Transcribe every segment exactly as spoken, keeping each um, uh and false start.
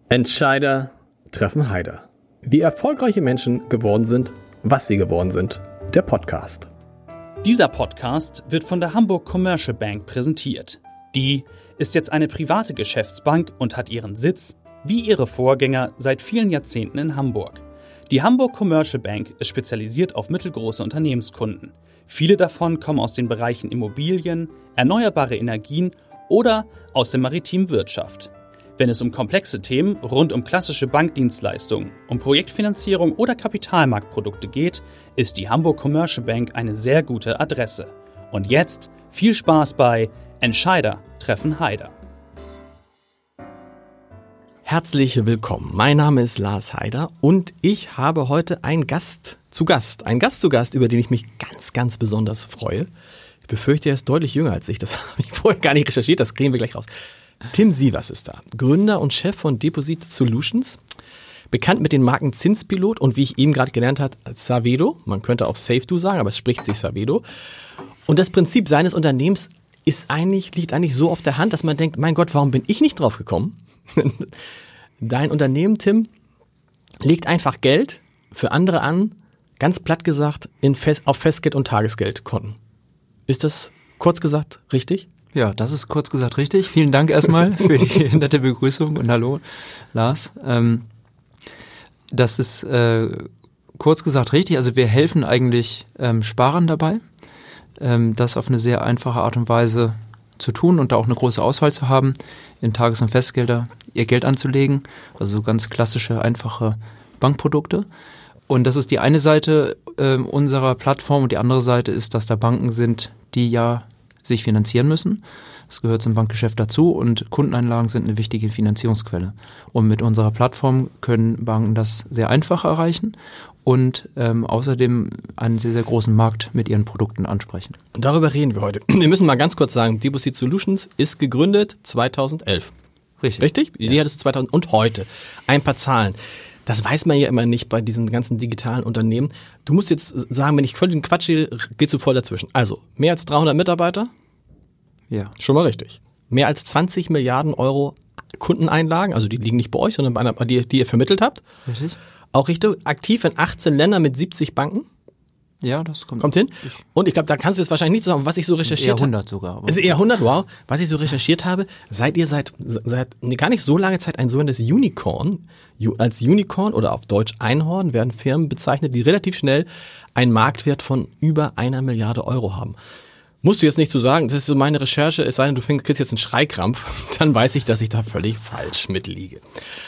Entscheider treffen Heider. Wie erfolgreiche Menschen geworden sind, was sie geworden sind. Der Podcast. Dieser Podcast wird von der Hamburg Commercial Bank präsentiert. Die ist jetzt eine private Geschäftsbank und hat ihren Sitz, wie ihre Vorgänger, seit vielen Jahrzehnten in Hamburg. Die Hamburg Commercial Bank ist spezialisiert auf mittelgroße Unternehmenskunden. Viele davon kommen aus den Bereichen Immobilien, erneuerbare Energien oder aus der maritimen Wirtschaft. Wenn es um komplexe Themen rund um klassische Bankdienstleistungen, um Projektfinanzierung oder Kapitalmarktprodukte geht, ist die Hamburg Commercial Bank eine sehr gute Adresse. Und jetzt viel Spaß bei Entscheider treffen Heider. Herzlich willkommen. Mein Name ist Lars Heider und ich habe heute einen Gast zu Gast. Einen Gast zu Gast, über den ich mich ganz, ganz besonders freue. Ich befürchte, er ist deutlich jünger als ich. Das habe ich vorher gar nicht recherchiert, das kriegen wir gleich raus. Tim Sievers ist da, Gründer und Chef von Deposit Solutions, bekannt mit den Marken Zinspilot und wie ich eben gerade gelernt habe, Savedo. Man könnte auch SafeDo sagen, aber es spricht sich Savedo. Und das Prinzip seines Unternehmens ist eigentlich, liegt eigentlich so auf der Hand, dass man denkt, mein Gott, warum bin ich nicht drauf gekommen? Dein Unternehmen, Tim, legt einfach Geld für andere an, ganz platt gesagt, in Fest, auf Festgeld- und Tagesgeldkonten. Ist das kurz gesagt richtig? Ja, das ist kurz gesagt richtig. Vielen Dank erstmal für die nette Begrüßung und hallo, Lars. Ähm, das ist äh, kurz gesagt richtig. Also wir helfen eigentlich ähm, Sparern dabei, ähm, das auf eine sehr einfache Art und Weise zu tun und da auch eine große Auswahl zu haben, in Tages- und Festgelder ihr Geld anzulegen. Also so ganz klassische, einfache Bankprodukte. Und das ist die eine Seite äh, unserer Plattform und die andere Seite ist, dass da Banken sind, die ja sich finanzieren müssen. Das gehört zum Bankgeschäft dazu und Kundeneinlagen sind eine wichtige Finanzierungsquelle. Und mit unserer Plattform können Banken das sehr einfach erreichen und ähm, außerdem einen sehr, sehr großen Markt mit ihren Produkten ansprechen. Und darüber reden wir heute. Wir müssen mal ganz kurz sagen, Deposit Solutions ist gegründet zweitausendelf. Richtig. Richtig? Die ja. Idee hattest du zweitausend und heute. Ein paar Zahlen. Das weiß man ja immer nicht bei diesen ganzen digitalen Unternehmen. Du musst jetzt sagen, wenn ich völlig den Quatsch gehe, gehst du voll dazwischen. Also, mehr als dreihundert Mitarbeiter? Ja. Schon mal richtig. Mehr als zwanzig Milliarden Euro Kundeneinlagen, also die liegen nicht bei euch, sondern bei einer, die, die ihr vermittelt habt. Richtig. Auch richtig aktiv in achtzehn Ländern mit siebzig Banken. Ja, das kommt, kommt hin. Ich und ich glaube, da kannst du jetzt wahrscheinlich nicht so sagen, was ich so recherchiert habe. Eher hundert sogar. Ist eher hundert, wow. Was ich so recherchiert habe, seid ihr seit, seit nee, gar nicht so lange Zeit ein sogenanntes Unicorn. Als Unicorn oder auf Deutsch Einhorn werden Firmen bezeichnet, die relativ schnell einen Marktwert von über einer Milliarde Euro haben. Musst du jetzt nicht so sagen, das ist so meine Recherche, es sei denn, du kriegst jetzt einen Schreikrampf, dann weiß ich, dass ich da völlig falsch mitliege.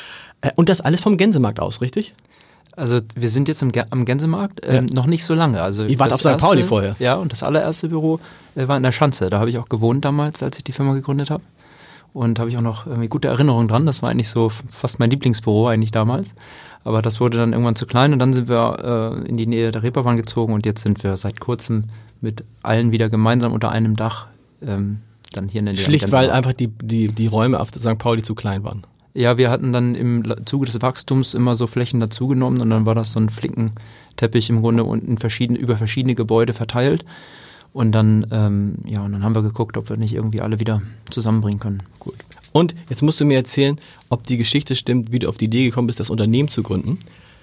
Und das alles vom Gänsemarkt aus, richtig? Also wir sind jetzt im, am Gänsemarkt, ähm, ja. noch nicht so lange. Also ich warte auf Sankt Pauli vorher. Ja, und das allererste Büro äh, war in der Schanze. Da habe ich auch gewohnt damals, als ich die Firma gegründet habe. Und habe ich auch noch irgendwie gute Erinnerungen dran. Das war eigentlich so fast mein Lieblingsbüro eigentlich damals. Aber das wurde dann irgendwann zu klein und dann sind wir äh, in die Nähe der Reeperbahn gezogen und jetzt sind wir seit kurzem mit allen wieder gemeinsam unter einem Dach ähm, dann hier in der Nähe. Schlicht, weil einfach die, die, die Räume auf Sankt Pauli zu klein waren. Ja, wir hatten dann im Zuge des Wachstums immer so Flächen dazugenommen und dann war das so ein Flickenteppich im Grunde unten verschiedene, über verschiedene Gebäude verteilt. Und dann, ähm, ja, und dann haben wir geguckt, ob wir nicht irgendwie alle wieder zusammenbringen können. Gut. Und jetzt musst du mir erzählen, ob die Geschichte stimmt, wie du auf die Idee gekommen bist, das Unternehmen zu gründen.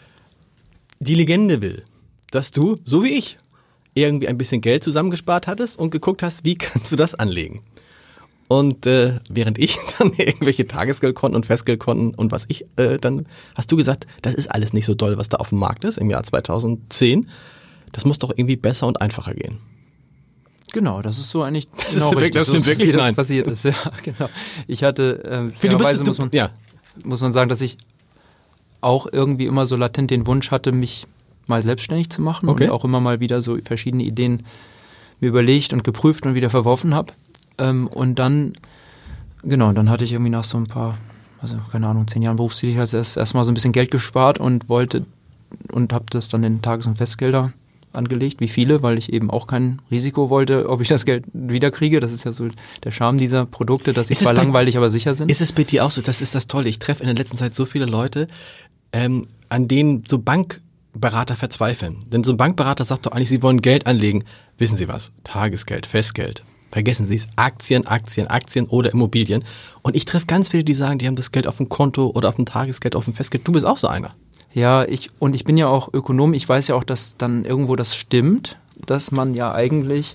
Die Legende will, dass du, so wie ich, irgendwie ein bisschen Geld zusammengespart hattest und geguckt hast, wie kannst du das anlegen. Und äh, während ich dann irgendwelche Tagesgeldkonten und Festgeldkonten und was ich äh, dann, hast du gesagt, das ist alles nicht so doll, was da auf dem Markt ist im Jahr zweitausendzehn. Das muss doch irgendwie besser und einfacher gehen. Genau, das ist so eigentlich das genau ist richtig, das stimmt so, wirklich, wie das nein. passiert ist. Ja, genau. Ich hatte, äh, fairerweise muss man, ja. muss man sagen, dass ich auch irgendwie immer so latent den Wunsch hatte, mich mal selbstständig zu machen okay. und auch immer mal wieder so verschiedene Ideen mir überlegt und geprüft und wieder verworfen habe. Ähm, und dann, genau, dann hatte ich irgendwie nach so ein paar, also keine Ahnung, zehn Jahren Berufstätigkeit erst erstmal so ein bisschen Geld gespart und wollte und habe das dann in Tages- und Festgelder angelegt, wie viele, weil ich eben auch kein Risiko wollte, ob ich das Geld wiederkriege. Das ist ja so der Charme dieser Produkte, dass sie zwar langweilig, aber sicher sind. Ist es bei dir auch so? Das ist das Tolle. Ich treffe in der letzten Zeit so viele Leute, ähm, an denen so Bankberater verzweifeln. Denn so ein Bankberater sagt doch eigentlich, sie wollen Geld anlegen. Wissen Sie was? Tagesgeld, Festgeld. vergessen Sie es, Aktien, Aktien, Aktien oder Immobilien. Und ich treffe ganz viele, die sagen, die haben das Geld auf dem Konto oder auf dem Tagesgeld, auf dem Festgeld. Du bist auch so einer. Ja, ich und ich bin ja auch Ökonom. Ich weiß ja auch, dass dann irgendwo das stimmt, dass man ja eigentlich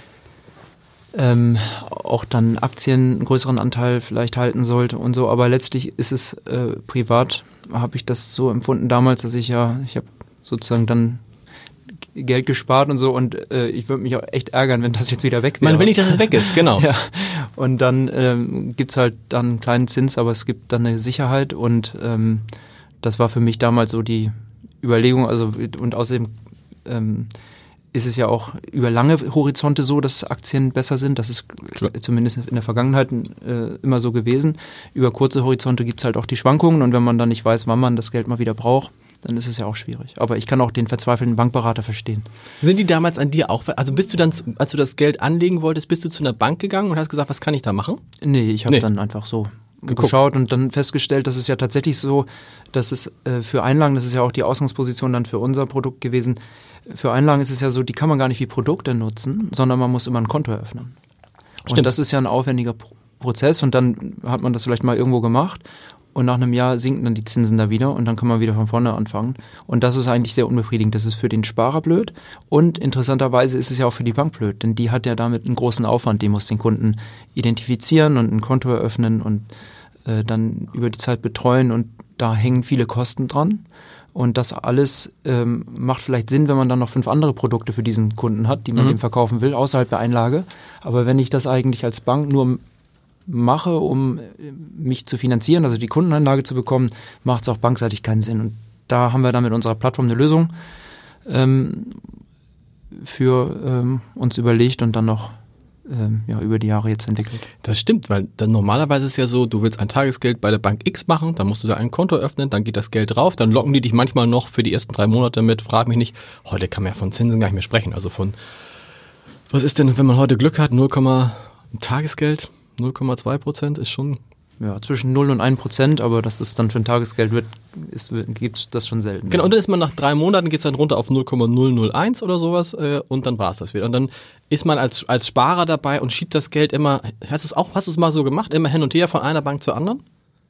ähm, auch dann Aktien einen größeren Anteil vielleicht halten sollte und so. Aber letztlich ist es äh, privat, habe ich das so empfunden damals, dass ich ja, ich habe sozusagen dann Geld gespart und so und äh, ich würde mich auch echt ärgern, wenn das jetzt wieder weg wäre. Man will nicht, dass es weg ist, genau. Ja. Und dann ähm, gibt's halt dann einen kleinen Zins, aber es gibt dann eine Sicherheit und ähm, das war für mich damals so die Überlegung, also und außerdem ähm, ist es ja auch über lange Horizonte so, dass Aktien besser sind. Das ist Klar. zumindest in der Vergangenheit äh, immer so gewesen. Über kurze Horizonte gibt's halt auch die Schwankungen und wenn man dann nicht weiß, wann man das Geld mal wieder braucht, dann ist es ja auch schwierig. Aber ich kann auch den verzweifelten Bankberater verstehen. Sind die damals an dir auch, also bist du dann, als du das Geld anlegen wolltest, bist du zu einer Bank gegangen und hast gesagt, was kann ich da machen? Nee, ich habe Nee. dann einfach so Geguckt. geschaut und dann festgestellt, dass es ja tatsächlich so, dass es äh, für Einlagen, das ist ja auch die Ausgangsposition dann für unser Produkt gewesen, für Einlagen ist es ja so, die kann man gar nicht wie Produkte nutzen, sondern man muss immer ein Konto eröffnen. Stimmt. Und das ist ja ein aufwendiger Pro- Prozess und dann hat man das vielleicht mal irgendwo gemacht und nach einem Jahr sinken dann die Zinsen da wieder und dann kann man wieder von vorne anfangen. Und das ist eigentlich sehr unbefriedigend. Das ist für den Sparer blöd und interessanterweise ist es ja auch für die Bank blöd, denn die hat ja damit einen großen Aufwand. Die muss den Kunden identifizieren und ein Konto eröffnen und äh, dann über die Zeit betreuen und da hängen viele Kosten dran. Und das alles ähm, macht vielleicht Sinn, wenn man dann noch fünf andere Produkte für diesen Kunden hat, die man Mhm. ihm verkaufen will, außerhalb der Einlage. Aber wenn ich das eigentlich als Bank nur mache, um mich zu finanzieren, also die Kundeneinlage zu bekommen, macht es auch bankseitig keinen Sinn. Und da haben wir dann mit unserer Plattform eine Lösung ähm, für ähm, uns überlegt und dann noch ähm, ja, über die Jahre jetzt entwickelt. Das stimmt, weil dann normalerweise ist es ja so, du willst ein Tagesgeld bei der Bank X machen, dann musst du da ein Konto öffnen, dann geht das Geld drauf, dann locken die dich manchmal noch für die ersten drei Monate mit, frag mich nicht, heute kann man ja von Zinsen gar nicht mehr sprechen, also von, was ist denn, wenn man heute Glück hat, null, Tagesgeld, null Komma zwei Prozent ist schon... Ja, zwischen null und ein Prozent, aber dass das dann für ein Tagesgeld wird, gibt es das schon selten. Genau, und dann ist man nach drei Monaten, geht's dann runter auf null Komma null null eins oder sowas äh, und dann war's das wieder. Und dann ist man als als Sparer dabei und schiebt das Geld immer, hast du es auch, hast du es mal so gemacht, immer hin und her von einer Bank zur anderen?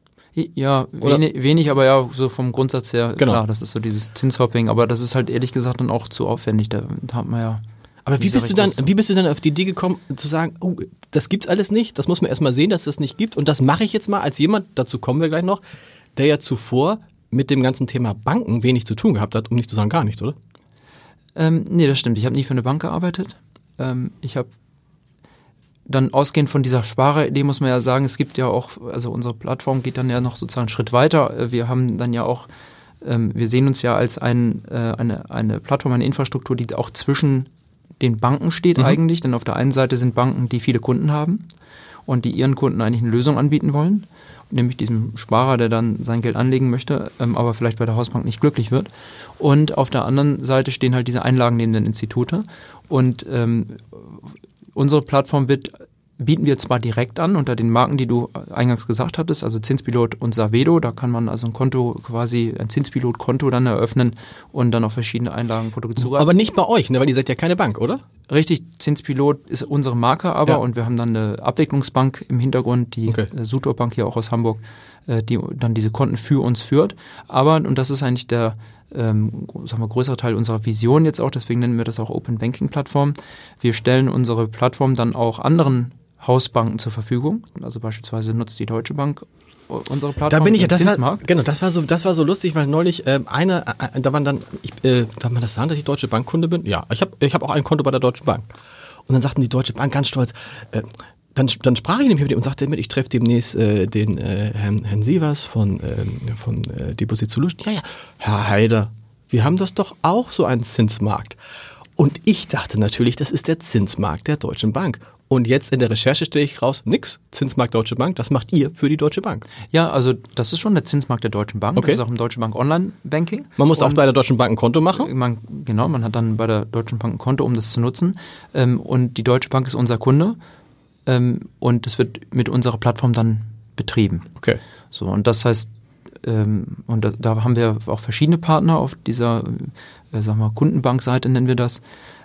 Ja, Oder? wenig, wenig, aber ja, so vom Grundsatz her, Genau. klar, das ist so dieses Zinshopping, aber das ist halt ehrlich gesagt dann auch zu aufwendig, da hat man ja... Aber wie Dieser bist du dann, Regress- wie bist du dann auf die Idee gekommen, zu sagen, oh, das gibt's alles nicht, das muss man erstmal sehen, dass es das nicht gibt und das mache ich jetzt mal als jemand, dazu kommen wir gleich noch, der ja zuvor mit dem ganzen Thema Banken wenig zu tun gehabt hat, um nicht zu sagen gar nichts, oder? Ähm, nee, das stimmt, ich habe nie für eine Bank gearbeitet, ähm, ich habe dann ausgehend von dieser Spareridee muss man ja sagen, es gibt ja auch, also unsere Plattform geht dann ja noch sozusagen einen Schritt weiter, wir haben dann ja auch, ähm, wir sehen uns ja als ein, äh, eine, eine Plattform, eine Infrastruktur, die auch zwischen den Banken steht Mhm. eigentlich, denn auf der einen Seite sind Banken, die viele Kunden haben und die ihren Kunden eigentlich eine Lösung anbieten wollen, nämlich diesem Sparer, der dann sein Geld anlegen möchte, ähm, aber vielleicht bei der Hausbank nicht glücklich wird. Und auf der anderen Seite stehen halt diese einlagennehmenden Institute und ähm, unsere Plattform wird bieten wir zwar direkt an unter den Marken, die du eingangs gesagt hattest, also Zinspilot und Savedo, da kann man also ein Konto quasi, ein Zinspilot-Konto dann eröffnen und dann auf verschiedene Einlagenprodukte zugreifen. Aber nicht bei euch, ne, weil ihr seid ja keine Bank, oder? Richtig, Zinspilot ist unsere Marke aber Ja. und wir haben dann eine Abwicklungsbank im Hintergrund, die Okay. äh, Sutor Bank hier auch aus Hamburg, äh, die dann diese Konten für uns führt. Aber, und das ist eigentlich der ähm, sagen wir, größere Teil unserer Vision jetzt auch, deswegen nennen wir das auch Open Banking Plattform. Wir stellen unsere Plattform dann auch anderen Hausbanken zur Verfügung. Also beispielsweise nutzt die Deutsche Bank unsere Plattform. Da bin ich ja, im das war, Zinsmarkt. genau, das war so, das war so lustig, weil neulich ähm, eine, äh, da waren dann, ich, äh, darf man das sagen, dass ich Deutsche Bankkunde bin? Ja, ich habe ich hab auch ein Konto bei der Deutschen Bank. Und dann sagten die Deutsche Bank ganz stolz, äh, dann, dann sprach ich nämlich mit ihm und sagte mit, ich treffe demnächst äh, den äh, Herrn, Herrn Sievers von, ähm, von äh, Deposit Solution. Ja, ja, Herr Heider, wir haben das doch auch so einen Zinsmarkt. Und ich dachte natürlich, das ist der Zinsmarkt der Deutschen Bank. Und jetzt in der Recherche stelle ich raus, nix, Zinsmarkt Deutsche Bank, das macht ihr für die Deutsche Bank. Ja, also das ist schon der Zinsmarkt der Deutschen Bank. Okay. Das ist auch im Deutschen Bank Online-Banking. Man muss auch Und bei der Deutschen Bank ein Konto machen. Man, genau, man hat dann bei der Deutschen Bank ein Konto, um das zu nutzen. Ähm, und die Deutsche Bank ist unser Kunde. Ähm, und es wird mit unserer Plattform dann betrieben. Okay. So, und das heißt, ähm, und da, da haben wir auch verschiedene Partner auf dieser, äh, sagen wir, Kundenbankseite nennen wir das.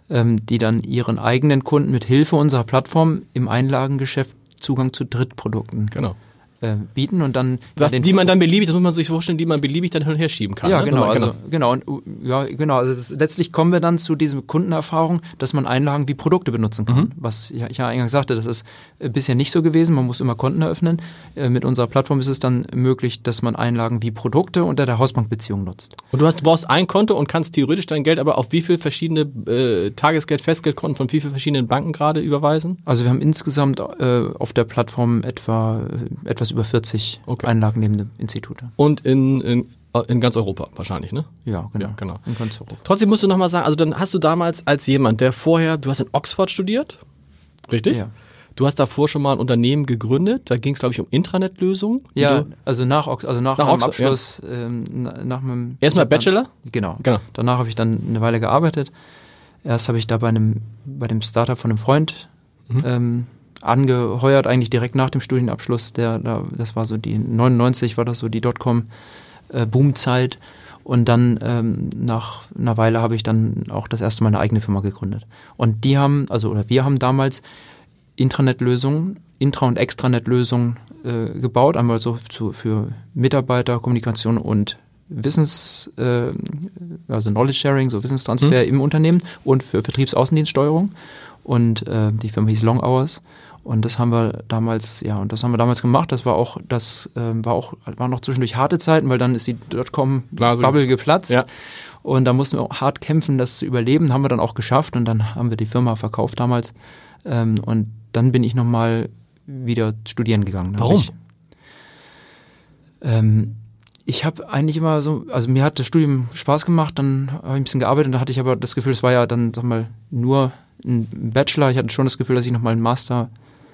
ähm, die dann ihren eigenen Kunden mit Hilfe unserer Plattform im Einlagengeschäft Zugang zu Drittprodukten Genau. äh, bieten und dann Das, den die man dann beliebig, das muss man sich vorstellen, die man beliebig dann hin und her schieben kann. Ja, ne? genau, Man, also, genau, und, ja, genau. Also das, letztlich kommen wir dann zu dieser Kundenerfahrung, dass man Einlagen wie Produkte benutzen kann. Mhm. Was ja, ich ja eingangs sagte, das ist äh, bisher nicht so gewesen. Man muss immer Konten eröffnen. Äh, mit unserer Plattform ist es dann möglich, dass man Einlagen wie Produkte unter der Hausbankbeziehung nutzt. Und du hast, du brauchst ein Konto und kannst theoretisch dein Geld aber auf wie viele verschiedene äh, Tagesgeld, Festgeldkonten von wie vielen verschiedenen Banken gerade überweisen? Also wir haben insgesamt äh, auf der Plattform etwa äh, etwas über vierzig okay. einlagennehmende Institute. Und in, in, in ganz Europa wahrscheinlich, ne? Ja, genau. Ja, genau. In ganz Europa. Trotzdem musst du nochmal sagen, also dann hast du damals als jemand, der vorher, du hast in Oxford studiert, richtig? Ja. Du hast davor schon mal ein Unternehmen gegründet, da ging es, glaube ich, um Intranet-Lösungen. Ja, also nach, also nach, nach meinem Oxford, Abschluss, ja. ähm, nach meinem... Erstmal Bachelor? Dann, genau. genau. Danach habe ich dann eine Weile gearbeitet. Erst habe ich da bei einem, bei dem Startup von einem Freund mhm. ähm, angeheuert, eigentlich direkt nach dem Studienabschluss. Der, da, das war so die neunundneunzig, war das so die Dotcom-Boomzeit. Und dann ähm, nach einer Weile habe ich dann auch das erste Mal eine eigene Firma gegründet. Und die haben, also oder wir haben damals Intranet-Lösungen, Intra- und Extranet-Lösungen äh, gebaut, einmal so zu, für Mitarbeiterkommunikation und Wissens, äh, also Knowledge Sharing, so Wissenstransfer mhm. im Unternehmen und für Vertriebsaußendienststeuerung. Und äh, die Firma hieß Long Hours. Und das haben wir damals, ja, und das haben wir damals gemacht. Das war auch, das äh, war auch, waren noch zwischendurch harte Zeiten, weil dann ist die Dotcom-Bubble geplatzt. Ja. Und da mussten wir auch hart kämpfen, das zu überleben. Haben wir dann auch geschafft und dann haben wir die Firma verkauft damals. Ähm, und dann bin ich nochmal wieder studieren gegangen. Warum? Ich, ähm, ich habe eigentlich immer so, also mir hat das Studium Spaß gemacht, dann habe ich ein bisschen gearbeitet und da hatte ich aber das Gefühl, es war ja dann, sag mal, nur ein Bachelor. Ich hatte schon das Gefühl, dass ich nochmal einen Master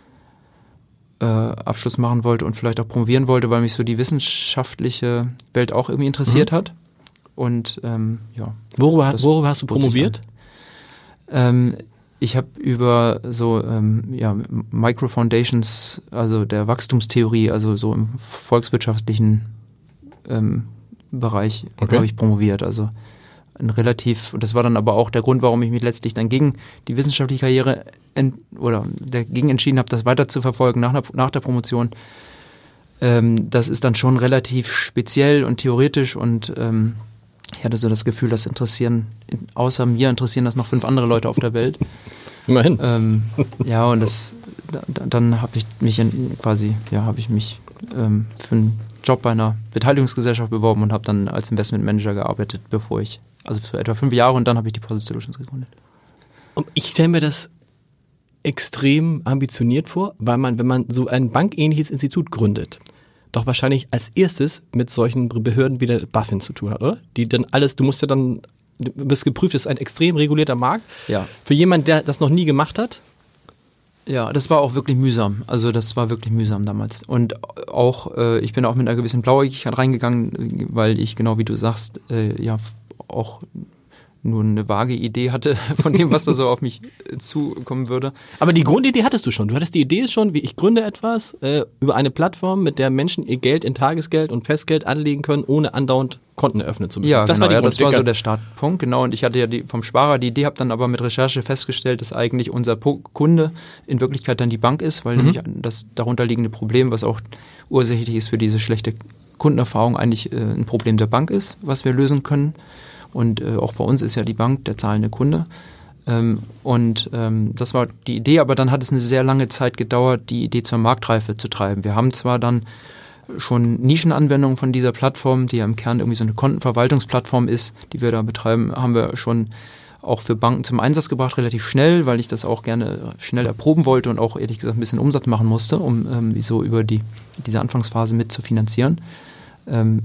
äh, Abschluss machen wollte und vielleicht auch promovieren wollte, weil mich so die wissenschaftliche Welt auch irgendwie interessiert mhm. hat. Und ähm, ja. Worüber, worüber hast du promoviert? Ähm, ich habe über so ähm, ja, Micro-Foundations, also der Wachstumstheorie, also so im volkswirtschaftlichen ähm, Bereich okay. habe ich promoviert. Also ein relativ, und das war dann aber auch der Grund, warum ich mich letztlich dann gegen die wissenschaftliche Karriere ent, oder dagegen entschieden habe, das weiter zu verfolgen nach, nach der Promotion. Ähm, das ist dann schon relativ speziell und theoretisch und ähm, ich hatte so das Gefühl, das interessieren, außer mir interessieren das noch fünf andere Leute auf der Welt. Immerhin. Ähm, ja, und das, da, dann habe ich mich in, quasi, ja, habe ich mich ähm, für einen Job bei einer Beteiligungsgesellschaft beworben und habe dann als Investment Manager gearbeitet, bevor ich, also für etwa fünf Jahre und dann habe ich die Deposit Solutions gegründet. Und ich stelle mir das extrem ambitioniert vor, weil man, wenn man so ein bankähnliches Institut gründet, doch wahrscheinlich als erstes mit solchen Behörden wie der BaFin zu tun hat, oder? Die dann alles, du musst ja dann, du bist geprüft, das ist ein extrem regulierter Markt. Ja. Für jemanden, der das noch nie gemacht hat? Ja, das war auch wirklich mühsam. Also das war wirklich mühsam damals. Und auch, äh, ich bin auch mit einer gewissen Blauäugigkeit reingegangen, weil ich, genau wie du sagst, äh, ja auch nur eine vage Idee hatte von dem, was da so auf mich äh, zukommen würde. Aber die Grundidee hattest du schon. Du hattest die Idee schon, wie ich gründe etwas äh, über eine Plattform, mit der Menschen ihr Geld in Tagesgeld und Festgeld anlegen können, ohne andauernd Konten eröffnen zu müssen. Ja, das genau, war die ja, das war so der Startpunkt, genau. Und ich hatte ja die, vom Sparer die Idee, habe dann aber mit Recherche festgestellt, dass eigentlich unser Kunde in Wirklichkeit dann die Bank ist, weil mhm. nämlich das darunterliegende Problem, was auch ursächlich ist für diese schlechte Kundenerfahrung, eigentlich äh, ein Problem der Bank ist, was wir lösen können. Und äh, auch bei uns ist ja die Bank der zahlende Kunde. Ähm, und ähm, das war die Idee, aber dann hat es eine sehr lange Zeit gedauert, die Idee zur Marktreife zu treiben. Wir haben zwar dann schon Nischenanwendungen von dieser Plattform, die ja im Kern irgendwie so eine Kontenverwaltungsplattform ist, die wir da betreiben, haben wir schon auch für Banken zum Einsatz gebracht, relativ schnell, weil ich das auch gerne schnell erproben wollte und auch ehrlich gesagt ein bisschen Umsatz machen musste, um ähm, so über die diese Anfangsphase mit zu finanzieren. Ähm,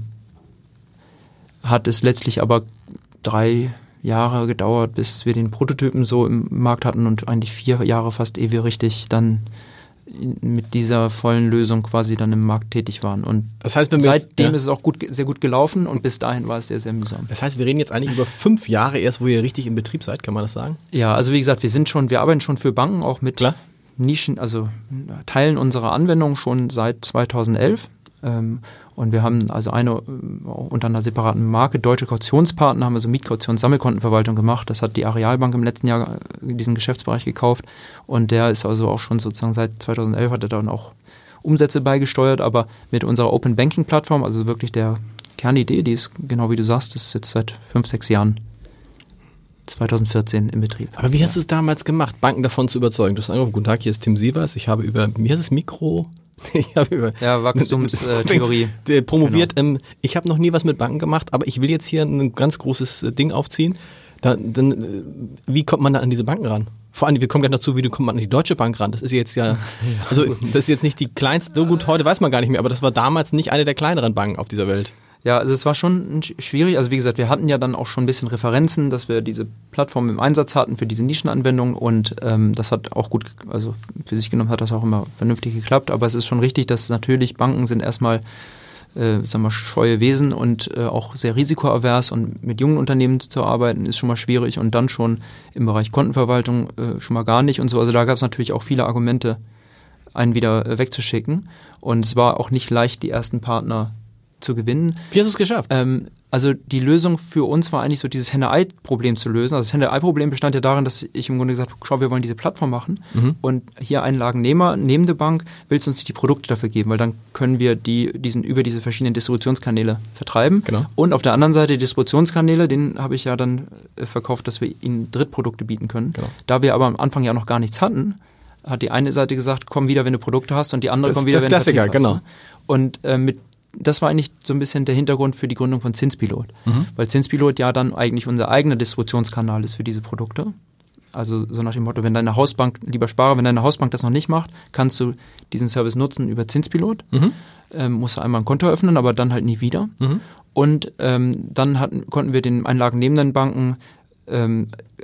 hat es letztlich aber drei Jahre gedauert, bis wir den Prototypen so im Markt hatten und eigentlich vier Jahre fast, ehe wir richtig dann mit dieser vollen Lösung quasi dann im Markt tätig waren. Und das heißt, wenn wir seitdem jetzt, ja. ist es auch gut, sehr gut gelaufen und bis dahin war es sehr, sehr mühsam. Das heißt, wir reden jetzt eigentlich über fünf Jahre erst, wo ihr richtig im Betrieb seid, kann man das sagen? Ja, also wie gesagt, wir sind schon, wir arbeiten schon für Banken, auch mit Klar. Nischen, also Teilen unserer Anwendung schon seit zweitausendelf. Ähm, Und wir haben also eine unter einer separaten Marke, Deutsche Kautionspartner, haben wir so Mietkautions-Sammelkontenverwaltung gemacht. Das hat die Arealbank im letzten Jahr diesen Geschäftsbereich gekauft. Und der ist also auch schon sozusagen seit zweitausendelf hat er dann auch Umsätze beigesteuert. Aber mit unserer Open Banking Plattform, also wirklich der Kernidee, die ist genau wie du sagst, ist jetzt seit fünf, sechs Jahren, zweitausendvierzehn im Betrieb. Aber wie hast du es damals gemacht, Banken davon zu überzeugen? Du hast angerufen, guten Tag, hier ist Tim Sievers. Ich habe über, wie heißt es, Mikro... Ich habe über ja, Wachstumstheorie äh, promoviert. Genau. Ähm, ich habe noch nie was mit Banken gemacht, aber ich will jetzt hier ein ganz großes äh, Ding aufziehen. Da, dann, äh, wie kommt man da an diese Banken ran? Vor allem, wir kommen gleich dazu, wie du kommt man an die Deutsche Bank ran. Das ist jetzt ja, also das ist jetzt nicht die kleinste, so gut heute weiß man gar nicht mehr, aber das war damals nicht eine der kleineren Banken auf dieser Welt. Ja, also es war schon schwierig. Also wie gesagt, wir hatten ja dann auch schon ein bisschen Referenzen, dass wir diese Plattform im Einsatz hatten für diese Nischenanwendungen und ähm, das hat auch gut, also für sich genommen hat das auch immer vernünftig geklappt. Aber es ist schon richtig, dass natürlich Banken sind erstmal, äh, sagen wir, scheue Wesen und äh, auch sehr risikoavers und mit jungen Unternehmen zu arbeiten ist schon mal schwierig und dann schon im Bereich Kontenverwaltung äh, schon mal gar nicht und so. Also da gab es natürlich auch viele Argumente, einen wieder äh, wegzuschicken und es war auch nicht leicht, die ersten Partner zu gewinnen. Wie hast du es geschafft? Ähm, also die Lösung für uns war eigentlich so dieses Henne-Ei-Problem zu lösen. Also das Henne-Ei-Problem bestand ja darin, dass ich im Grunde gesagt habe, schau, wir wollen diese Plattform machen mhm. und hier Einlagennehmer, nehmende Bank, willst du uns nicht die Produkte dafür geben, weil dann können wir die diesen über diese verschiedenen Distributionskanäle vertreiben. Genau. Und auf der anderen Seite die Distributionskanäle, den habe ich ja dann äh, verkauft, dass wir ihnen Drittprodukte bieten können. Genau. Da wir aber am Anfang ja noch gar nichts hatten, hat die eine Seite gesagt, komm wieder, wenn du Produkte hast und die andere das komm wieder, wenn du Klassiker, Vertrieb hast. Genau. Und äh, mit das war eigentlich so ein bisschen der Hintergrund für die Gründung von Zinspilot. Mhm. Weil Zinspilot ja dann eigentlich unser eigener Distributionskanal ist für diese Produkte. Also so nach dem Motto, wenn deine Hausbank, lieber Sparer, wenn deine Hausbank das noch nicht macht, kannst du diesen Service nutzen über Zinspilot. Mhm. Ähm, musst du einmal ein Konto öffnen, aber dann halt nie wieder. Mhm. Und ähm, dann hatten, konnten wir den einlagennehmenden Banken ähm,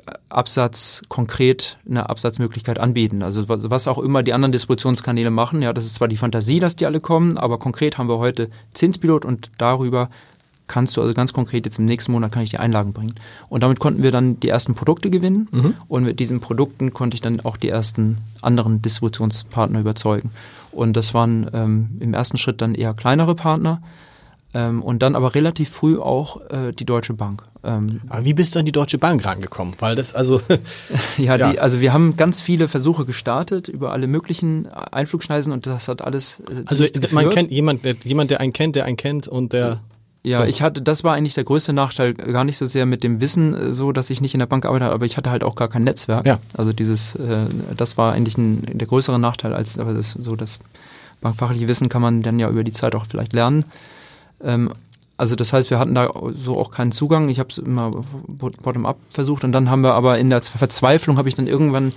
Absatz konkret eine Absatzmöglichkeit anbieten. Also was, was auch immer die anderen Distributionskanäle machen, ja, das ist zwar die Fantasie, dass die alle kommen, aber konkret haben wir heute Zinspilot und darüber kannst du also ganz konkret jetzt im nächsten Monat kann ich die Einlagen bringen. Und damit konnten wir dann die ersten Produkte gewinnen mhm. und mit diesen Produkten konnte ich dann auch die ersten anderen Distributionspartner überzeugen. Und das waren ähm, im ersten Schritt dann eher kleinere Partner, Ähm, und dann aber relativ früh auch äh, die Deutsche Bank. Ähm, aber wie bist du an die Deutsche Bank rangekommen? Weil das also ja, ja. Die, also wir haben ganz viele Versuche gestartet über alle möglichen Einflugschneisen und das hat alles äh, also man kennt jemand, der, jemand, der einen kennt, der einen kennt und der ja, so. ich hatte, das war eigentlich der größte Nachteil, gar nicht so sehr mit dem Wissen, äh, so dass ich nicht in der Bank arbeite, aber ich hatte halt auch gar kein Netzwerk. Ja. Also dieses, äh, das war eigentlich ein, der größere Nachteil als aber das, so das bankfachliche Wissen kann man dann ja über die Zeit auch vielleicht lernen. Ähm, also das heißt, wir hatten da so auch keinen Zugang. Ich habe es immer bottom-up versucht und dann haben wir aber in der Verzweiflung habe ich dann irgendwann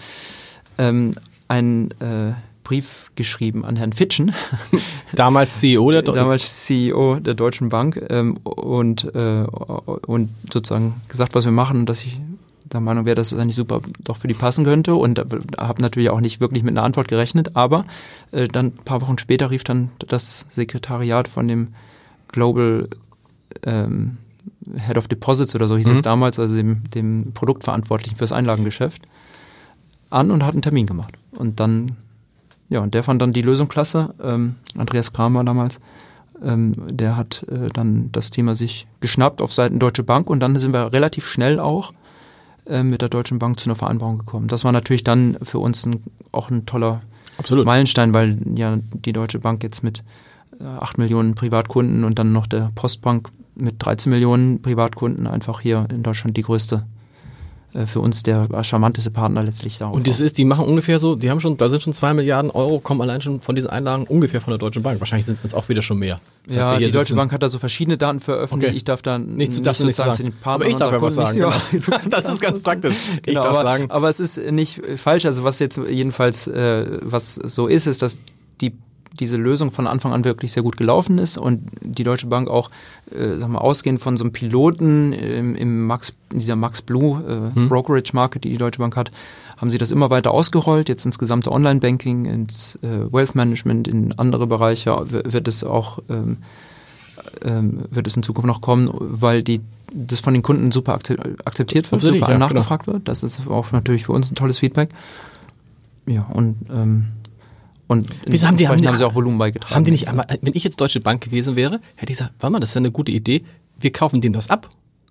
ähm, einen äh, Brief geschrieben an Herrn Fitschen. Damals C E O der Deutschen Damals C E O der Deutschen Bank ähm, und, äh, und sozusagen gesagt, was wir machen und dass ich der Meinung wäre, dass es eigentlich super doch für die passen könnte und habe natürlich auch nicht wirklich mit einer Antwort gerechnet, aber äh, dann ein paar Wochen später rief dann das Sekretariat von dem Global ähm, Head of Deposits oder so hieß mhm. es damals, also dem, dem Produktverantwortlichen fürs Einlagengeschäft, an und hat einen Termin gemacht. Und dann, ja, und der fand dann die Lösung klasse. Ähm, Andreas Kramer damals, ähm, der hat äh, dann das Thema sich geschnappt auf Seiten Deutsche Bank und dann sind wir relativ schnell auch äh, mit der Deutschen Bank zu einer Vereinbarung gekommen. Das war natürlich dann für uns ein, auch ein toller Absolut. Meilenstein, weil ja die Deutsche Bank jetzt mit acht Millionen Privatkunden und dann noch der Postbank mit dreizehn Millionen Privatkunden einfach hier in Deutschland die größte, äh, für uns der charmanteste Partner letztlich da. Und das ist, die machen ungefähr so, die haben schon, da sind schon zwei Milliarden Euro, kommen allein schon von diesen Einlagen ungefähr von der Deutschen Bank. Wahrscheinlich sind es auch wieder schon mehr. Das ja, die Deutsche Bank hat da so verschiedene Daten veröffentlicht. Okay. Ich darf da nicht, nicht, darfst nicht sagen zu den Partnern. Aber ich darf ja was sagen. Genau. Das ist ganz praktisch. Ich genau, darf aber, sagen. Aber es ist nicht falsch. Also was jetzt jedenfalls, äh, was so ist, ist, dass die diese Lösung von Anfang an wirklich sehr gut gelaufen ist und die Deutsche Bank auch, äh, sag mal, ausgehend von so einem Piloten im, im Max, in dieser Max Blue äh, hm. Brokerage Market, die die Deutsche Bank hat, haben sie das immer weiter ausgerollt, jetzt ins gesamte Online-Banking, ins äh, Wealth Management, in andere Bereiche wird es auch, ähm, ähm, wird es in Zukunft noch kommen, weil die das von den Kunden super akzeptiert wird, super ja, nachgefragt genau. wird. Das ist auch natürlich für uns ein tolles Feedback. Ja, und ähm, Und Wieso haben die, haben, die, haben sie auch Volumen beigetragen. Haben die nicht einmal, wenn ich jetzt Deutsche Bank gewesen wäre, hätte ich gesagt, warte mal, das ist ja eine gute Idee, wir kaufen denen das ab.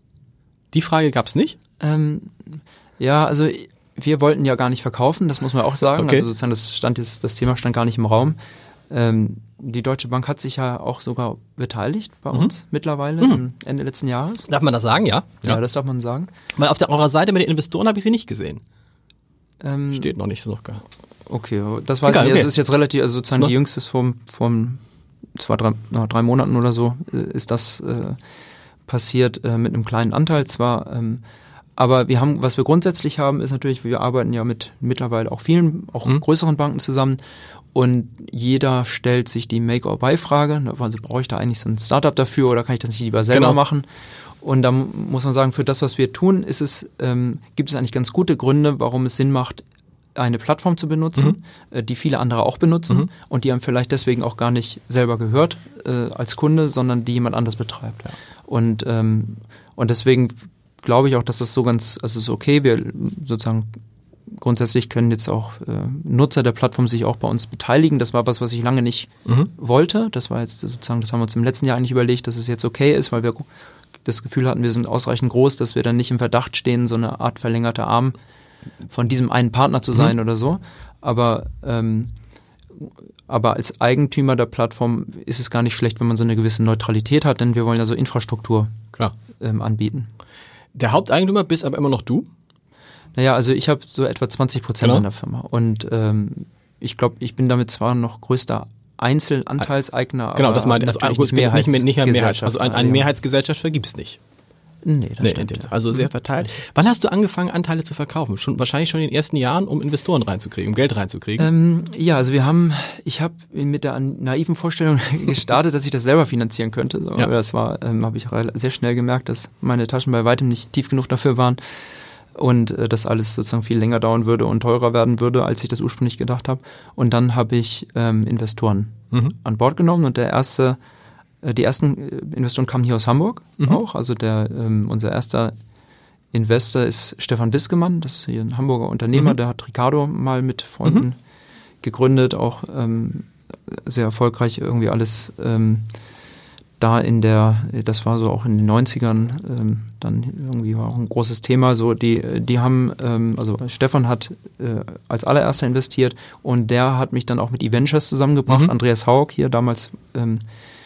Die Frage gab's nicht? Ähm, ja, also wir wollten ja gar nicht verkaufen, das muss man auch sagen. Okay. Also sozusagen das stand jetzt, das Thema stand gar nicht im Raum. Ähm, die Deutsche Bank hat sich ja auch sogar beteiligt bei Mhm. uns mittlerweile Mhm. Ende letzten Jahres. Darf man das sagen, ja? Ja, ja, das darf man sagen. Weil auf der eurer Seite mit den Investoren habe ich sie nicht gesehen. Ähm, Steht noch nicht so noch gar. Okay, das weiß Egal, ich nicht. okay. Das ist jetzt relativ, also sozusagen No. die jüngste vom, vom zwei, drei, na, drei Monaten oder so äh, ist das äh, passiert äh, mit einem kleinen Anteil zwar. Ähm, aber wir haben, was wir grundsätzlich haben, ist natürlich, wir arbeiten ja mit mittlerweile auch vielen, auch Mhm. größeren Banken zusammen und jeder stellt sich die Make-or-Buy-Frage. Also brauche ich da eigentlich so ein Startup dafür oder kann ich das nicht lieber selber Genau. machen? Und da muss man sagen, für das, was wir tun, ist es, ähm, gibt es eigentlich ganz gute Gründe, warum es Sinn macht, eine Plattform zu benutzen, mhm. äh, die viele andere auch benutzen Mhm. und die einem vielleicht deswegen auch gar nicht selber gehört äh, als Kunde, sondern die jemand anders betreibt. Ja. Und, ähm, und deswegen glaube ich auch, dass das so ganz, also es ist okay, wir sozusagen grundsätzlich können jetzt auch äh, Nutzer der Plattform sich auch bei uns beteiligen. Das war was, was ich lange nicht Mhm. wollte. Das war jetzt sozusagen, das haben wir uns im letzten Jahr eigentlich überlegt, dass es jetzt okay ist, weil wir das Gefühl hatten, wir sind ausreichend groß, dass wir dann nicht im Verdacht stehen, so eine Art verlängerter Arm von diesem einen Partner zu sein mhm. oder so. Aber, ähm, aber als Eigentümer der Plattform ist es gar nicht schlecht, wenn man so eine gewisse Neutralität hat, denn wir wollen ja so Infrastruktur Klar. Ähm, anbieten. Der Haupteigentümer bist aber immer noch du? Naja, also ich habe so etwa zwanzig Prozent genau. an der Firma und ähm, ich glaube, ich bin damit zwar noch größter Einzelanteilseigner, genau, aber das meint also natürlich nicht, nicht, nicht, mehr, nicht mehr Mehrheits, also ein, ein ja. Mehrheitsgesellschafter gibt's nicht. Nee, das nee, stimmt. Ja. Also sehr verteilt. Wann hast du angefangen, Anteile zu verkaufen? Schon wahrscheinlich schon in den ersten Jahren, um Investoren reinzukriegen, um Geld reinzukriegen? Ähm, ja, also wir haben, ich habe mit der naiven Vorstellung gestartet, dass ich das selber finanzieren könnte. So, ja. Aber das war, ähm, habe ich sehr schnell gemerkt, dass meine Taschen bei weitem nicht tief genug dafür waren und äh, das alles sozusagen viel länger dauern würde und teurer werden würde, als ich das ursprünglich gedacht habe. Und dann habe ich ähm, Investoren mhm. an Bord genommen und der erste Die ersten Investoren kamen hier aus Hamburg mhm. auch. Also der ähm, unser erster Investor ist Stefan Wiskemann, das ist hier ein Hamburger Unternehmer, mhm. der hat Ricardo mal mit Freunden mhm. gegründet, auch ähm, sehr erfolgreich irgendwie alles ähm, da in der, das war so auch in den neunzigern, ähm, dann irgendwie war auch ein großes Thema. So die, die haben, ähm, also Stefan hat äh, als allererster investiert und der hat mich dann auch mit eVentures zusammengebracht. Mhm. Andreas Haug hier damals ähm,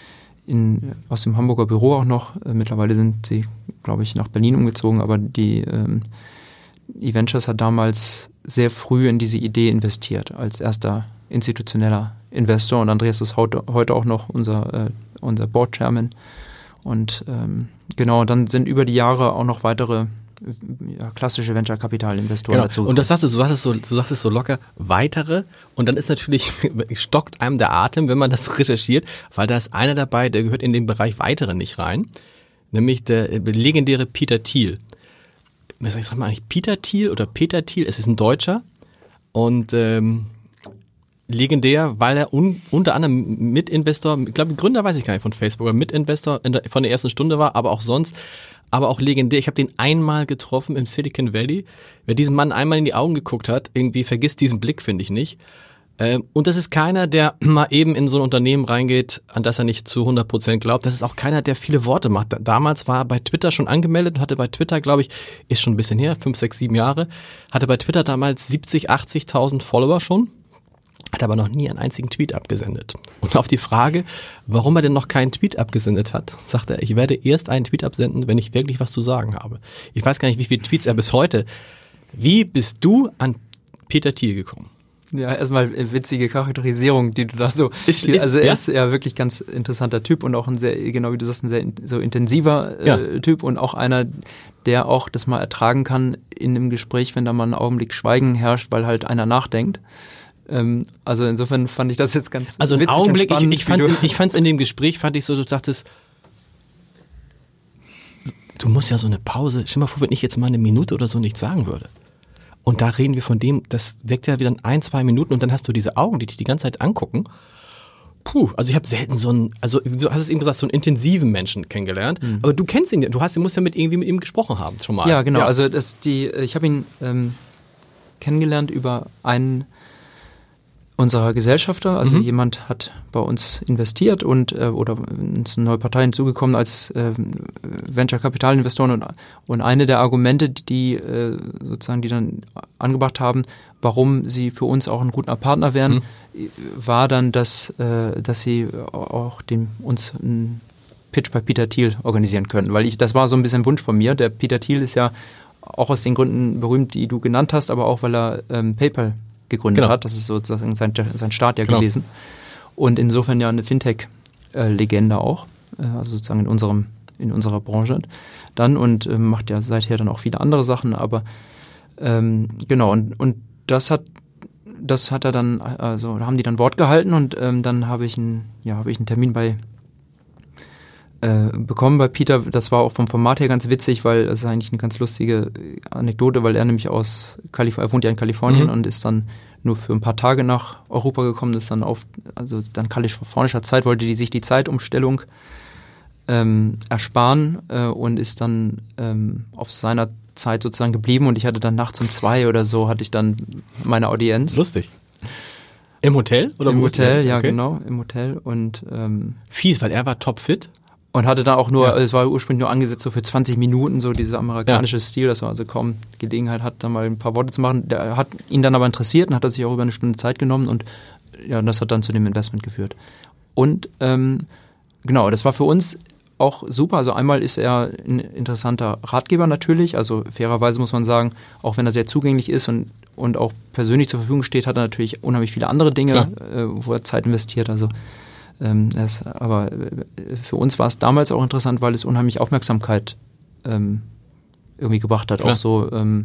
In, aus dem Hamburger Büro auch noch. Äh, mittlerweile sind sie, glaube ich, nach Berlin umgezogen, aber die ähm, eVentures hat damals sehr früh in diese Idee investiert, als erster institutioneller Investor und Andreas ist heute, heute auch noch unser, äh, unser Board Chairman und ähm, genau, dann sind über die Jahre auch noch weitere ja, klassische Venture-Kapital-Investoren genau. dazu. Und das sagst du, du sagtest so, du sagtest so locker, weitere und dann ist natürlich, stockt einem der Atem, wenn man das recherchiert, weil da ist einer dabei, der gehört in den Bereich weitere nicht rein, nämlich der legendäre Peter Thiel. Ich sag mal eigentlich Peter Thiel oder Peter Thiel, es ist ein Deutscher und ähm, legendär, weil er un, unter anderem Mitinvestor, ich glaube Gründer weiß ich gar nicht von Facebook, aber Mitinvestor in der, von der ersten Stunde war, aber auch sonst, aber auch legendär. Ich habe den einmal getroffen im Silicon Valley. Wer diesem Mann einmal in die Augen geguckt hat, irgendwie vergisst diesen Blick, finde ich nicht. Ähm, und das ist keiner, der mal eben in so ein Unternehmen reingeht, an das er nicht zu hundert Prozent glaubt. Das ist auch keiner, der viele Worte macht. Damals war er bei Twitter schon angemeldet und hatte bei Twitter, glaube ich, ist schon ein bisschen her, fünf, sechs, sieben Jahre, hatte bei Twitter damals siebzig, achtzigtausend Follower schon. Hat aber noch nie einen einzigen Tweet abgesendet. Und auf die Frage, warum er denn noch keinen Tweet abgesendet hat, sagt er, ich werde erst einen Tweet absenden, wenn ich wirklich was zu sagen habe. Ich weiß gar nicht, wie viele Tweets er bis heute. Wie bist du an Peter Thiel gekommen? Ja, erstmal witzige Charakterisierung, die du da so, ist, ist, also er ja? ist ja wirklich ganz interessanter Typ und auch ein sehr, genau wie du sagst, ein sehr so intensiver äh, ja. Typ und auch einer, der auch das mal ertragen kann in einem Gespräch, wenn da mal einen Augenblick Schweigen herrscht, weil halt einer nachdenkt. Ähm, also insofern fand ich das jetzt ganz also witzig einen Augenblick, und spannend. Ich, ich fand in, ich fand's in dem Gespräch, fand ich so, du dachtest, du musst ja so eine Pause, stell mal vor, wenn ich jetzt mal eine Minute oder so nichts sagen würde. Und da reden wir von dem, das wirkt ja wieder ein, zwei Minuten und dann hast du diese Augen, die dich die ganze Zeit angucken. Puh, also ich habe selten so einen, also du hast es eben gesagt, so einen intensiven Menschen kennengelernt. Mhm. Aber du kennst ihn, du hast, du musst ja mit irgendwie mit ihm gesprochen haben schon mal. Ja, genau. Ja. Also das die, ich habe ihn ähm, kennengelernt über einen unserer Gesellschafter, also Mhm. jemand hat bei uns investiert und äh, oder uns eine neue Partei hinzugekommen als äh, Venture-Kapitalinvestoren und, und eine der Argumente, die äh, sozusagen die dann angebracht haben, warum sie für uns auch ein guter Partner wären, mhm. war dann, dass äh, dass sie auch dem uns einen Pitch bei Peter Thiel organisieren können, weil ich das war so ein bisschen ein Wunsch von mir. Der Peter Thiel ist ja auch aus den Gründen berühmt, die du genannt hast, aber auch weil er ähm, PayPal gegründet genau. hat. Das ist sozusagen sein, sein Start ja genau. gewesen. Und insofern ja eine Fintech-Legende auch, also sozusagen in unserem in unserer Branche dann und ähm, macht ja seither dann auch viele andere Sachen, aber ähm, genau und und das hat das hat er dann also da haben die dann Wort gehalten und ähm, dann habe ich einen ja habe ich einen Termin bei bekommen bei Peter. Das war auch vom Format her ganz witzig, weil es ist eigentlich eine ganz lustige Anekdote, weil er nämlich aus Kalifornien, er wohnt ja in Kalifornien mhm. und ist dann nur für ein paar Tage nach Europa gekommen, ist dann auf, also dann kalifornischer Zeit, wollte die sich die Zeitumstellung ähm, ersparen äh, und ist dann ähm, auf seiner Zeit sozusagen geblieben und ich hatte dann nachts um zwei oder so hatte ich dann meine Audienz. Lustig. Im Hotel? Oder Im Hotel, Hotel? ja okay. genau, im Hotel und ähm, fies, weil er war topfit. Und hatte dann auch nur, ja. es war ursprünglich nur angesetzt so für zwanzig Minuten, so dieser amerikanische ja. Stil, dass man also kaum Gelegenheit hat, dann mal ein paar Worte zu machen. Der hat ihn dann aber interessiert und hat er sich auch über eine Stunde Zeit genommen und ja, das hat dann zu dem Investment geführt. Und ähm, genau, das war für uns auch super. Also einmal ist er ein interessanter Ratgeber natürlich, also fairerweise muss man sagen, auch wenn er sehr zugänglich ist und, und auch persönlich zur Verfügung steht, hat er natürlich unheimlich viele andere Dinge, äh, wo er Zeit investiert, also Ähm, das, aber für uns war es damals auch interessant, weil es unheimlich Aufmerksamkeit ähm, irgendwie gebracht hat. Klar. Auch so, ähm,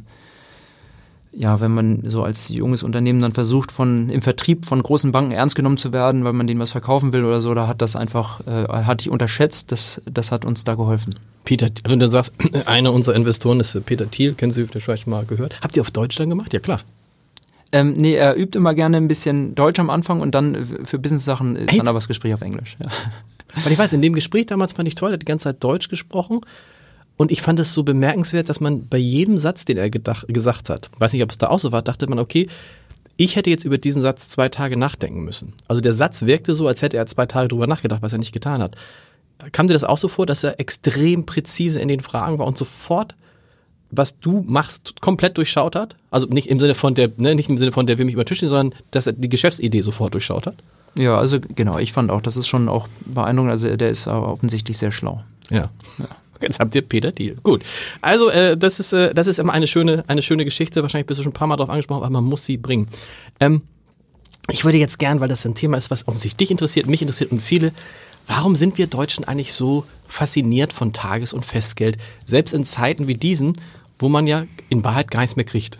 ja, wenn man so als junges Unternehmen dann versucht, von im Vertrieb von großen Banken ernst genommen zu werden, weil man denen was verkaufen will oder so, da hat das einfach, äh, hatte ich unterschätzt, das, das hat uns da geholfen. Peter, wenn du sagst, einer unserer Investoren ist Peter Thiel, kennen Sie vielleicht mal gehört. Habt ihr auf Deutsch dann gemacht? Ja, klar. Ähm, nee, er übt immer gerne ein bisschen Deutsch am Anfang und dann für Business-Sachen ist Hey. dann aber das Gespräch auf Englisch. Ja. Weil ich weiß, in dem Gespräch damals fand ich toll, er hat die ganze Zeit Deutsch gesprochen und ich fand es so bemerkenswert, dass man bei jedem Satz, den er gedacht, gesagt hat, weiß nicht, ob es da auch so war, dachte man, okay, ich hätte jetzt über diesen Satz zwei Tage nachdenken müssen. Also der Satz wirkte so, als hätte er zwei Tage drüber nachgedacht, was er nicht getan hat. Kam dir das auch so vor, dass er extrem präzise in den Fragen war und sofort was du machst, komplett durchschaut hat? Also nicht im Sinne von der, ne, nicht im Sinne von der will mich über den Tisch stehen, sondern dass er die Geschäftsidee sofort durchschaut hat? Ja, also genau, ich fand auch, das ist schon auch beeindruckend, also der ist aber offensichtlich sehr schlau. Ja. ja. Jetzt habt ihr Peter Thiel. Gut. Also äh, das ist äh, das ist immer eine schöne eine schöne Geschichte. Wahrscheinlich bist du schon ein paar Mal drauf angesprochen, aber man muss sie bringen. Ähm, ich würde jetzt gern, weil das ein Thema ist, was offensichtlich dich interessiert, mich interessiert und viele. Warum sind wir Deutschen eigentlich so fasziniert von Tages- und Festgeld, selbst in Zeiten wie diesen, wo man ja in Wahrheit gar nichts mehr kriegt?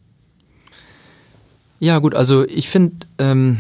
Ja gut, also ich finde, ähm,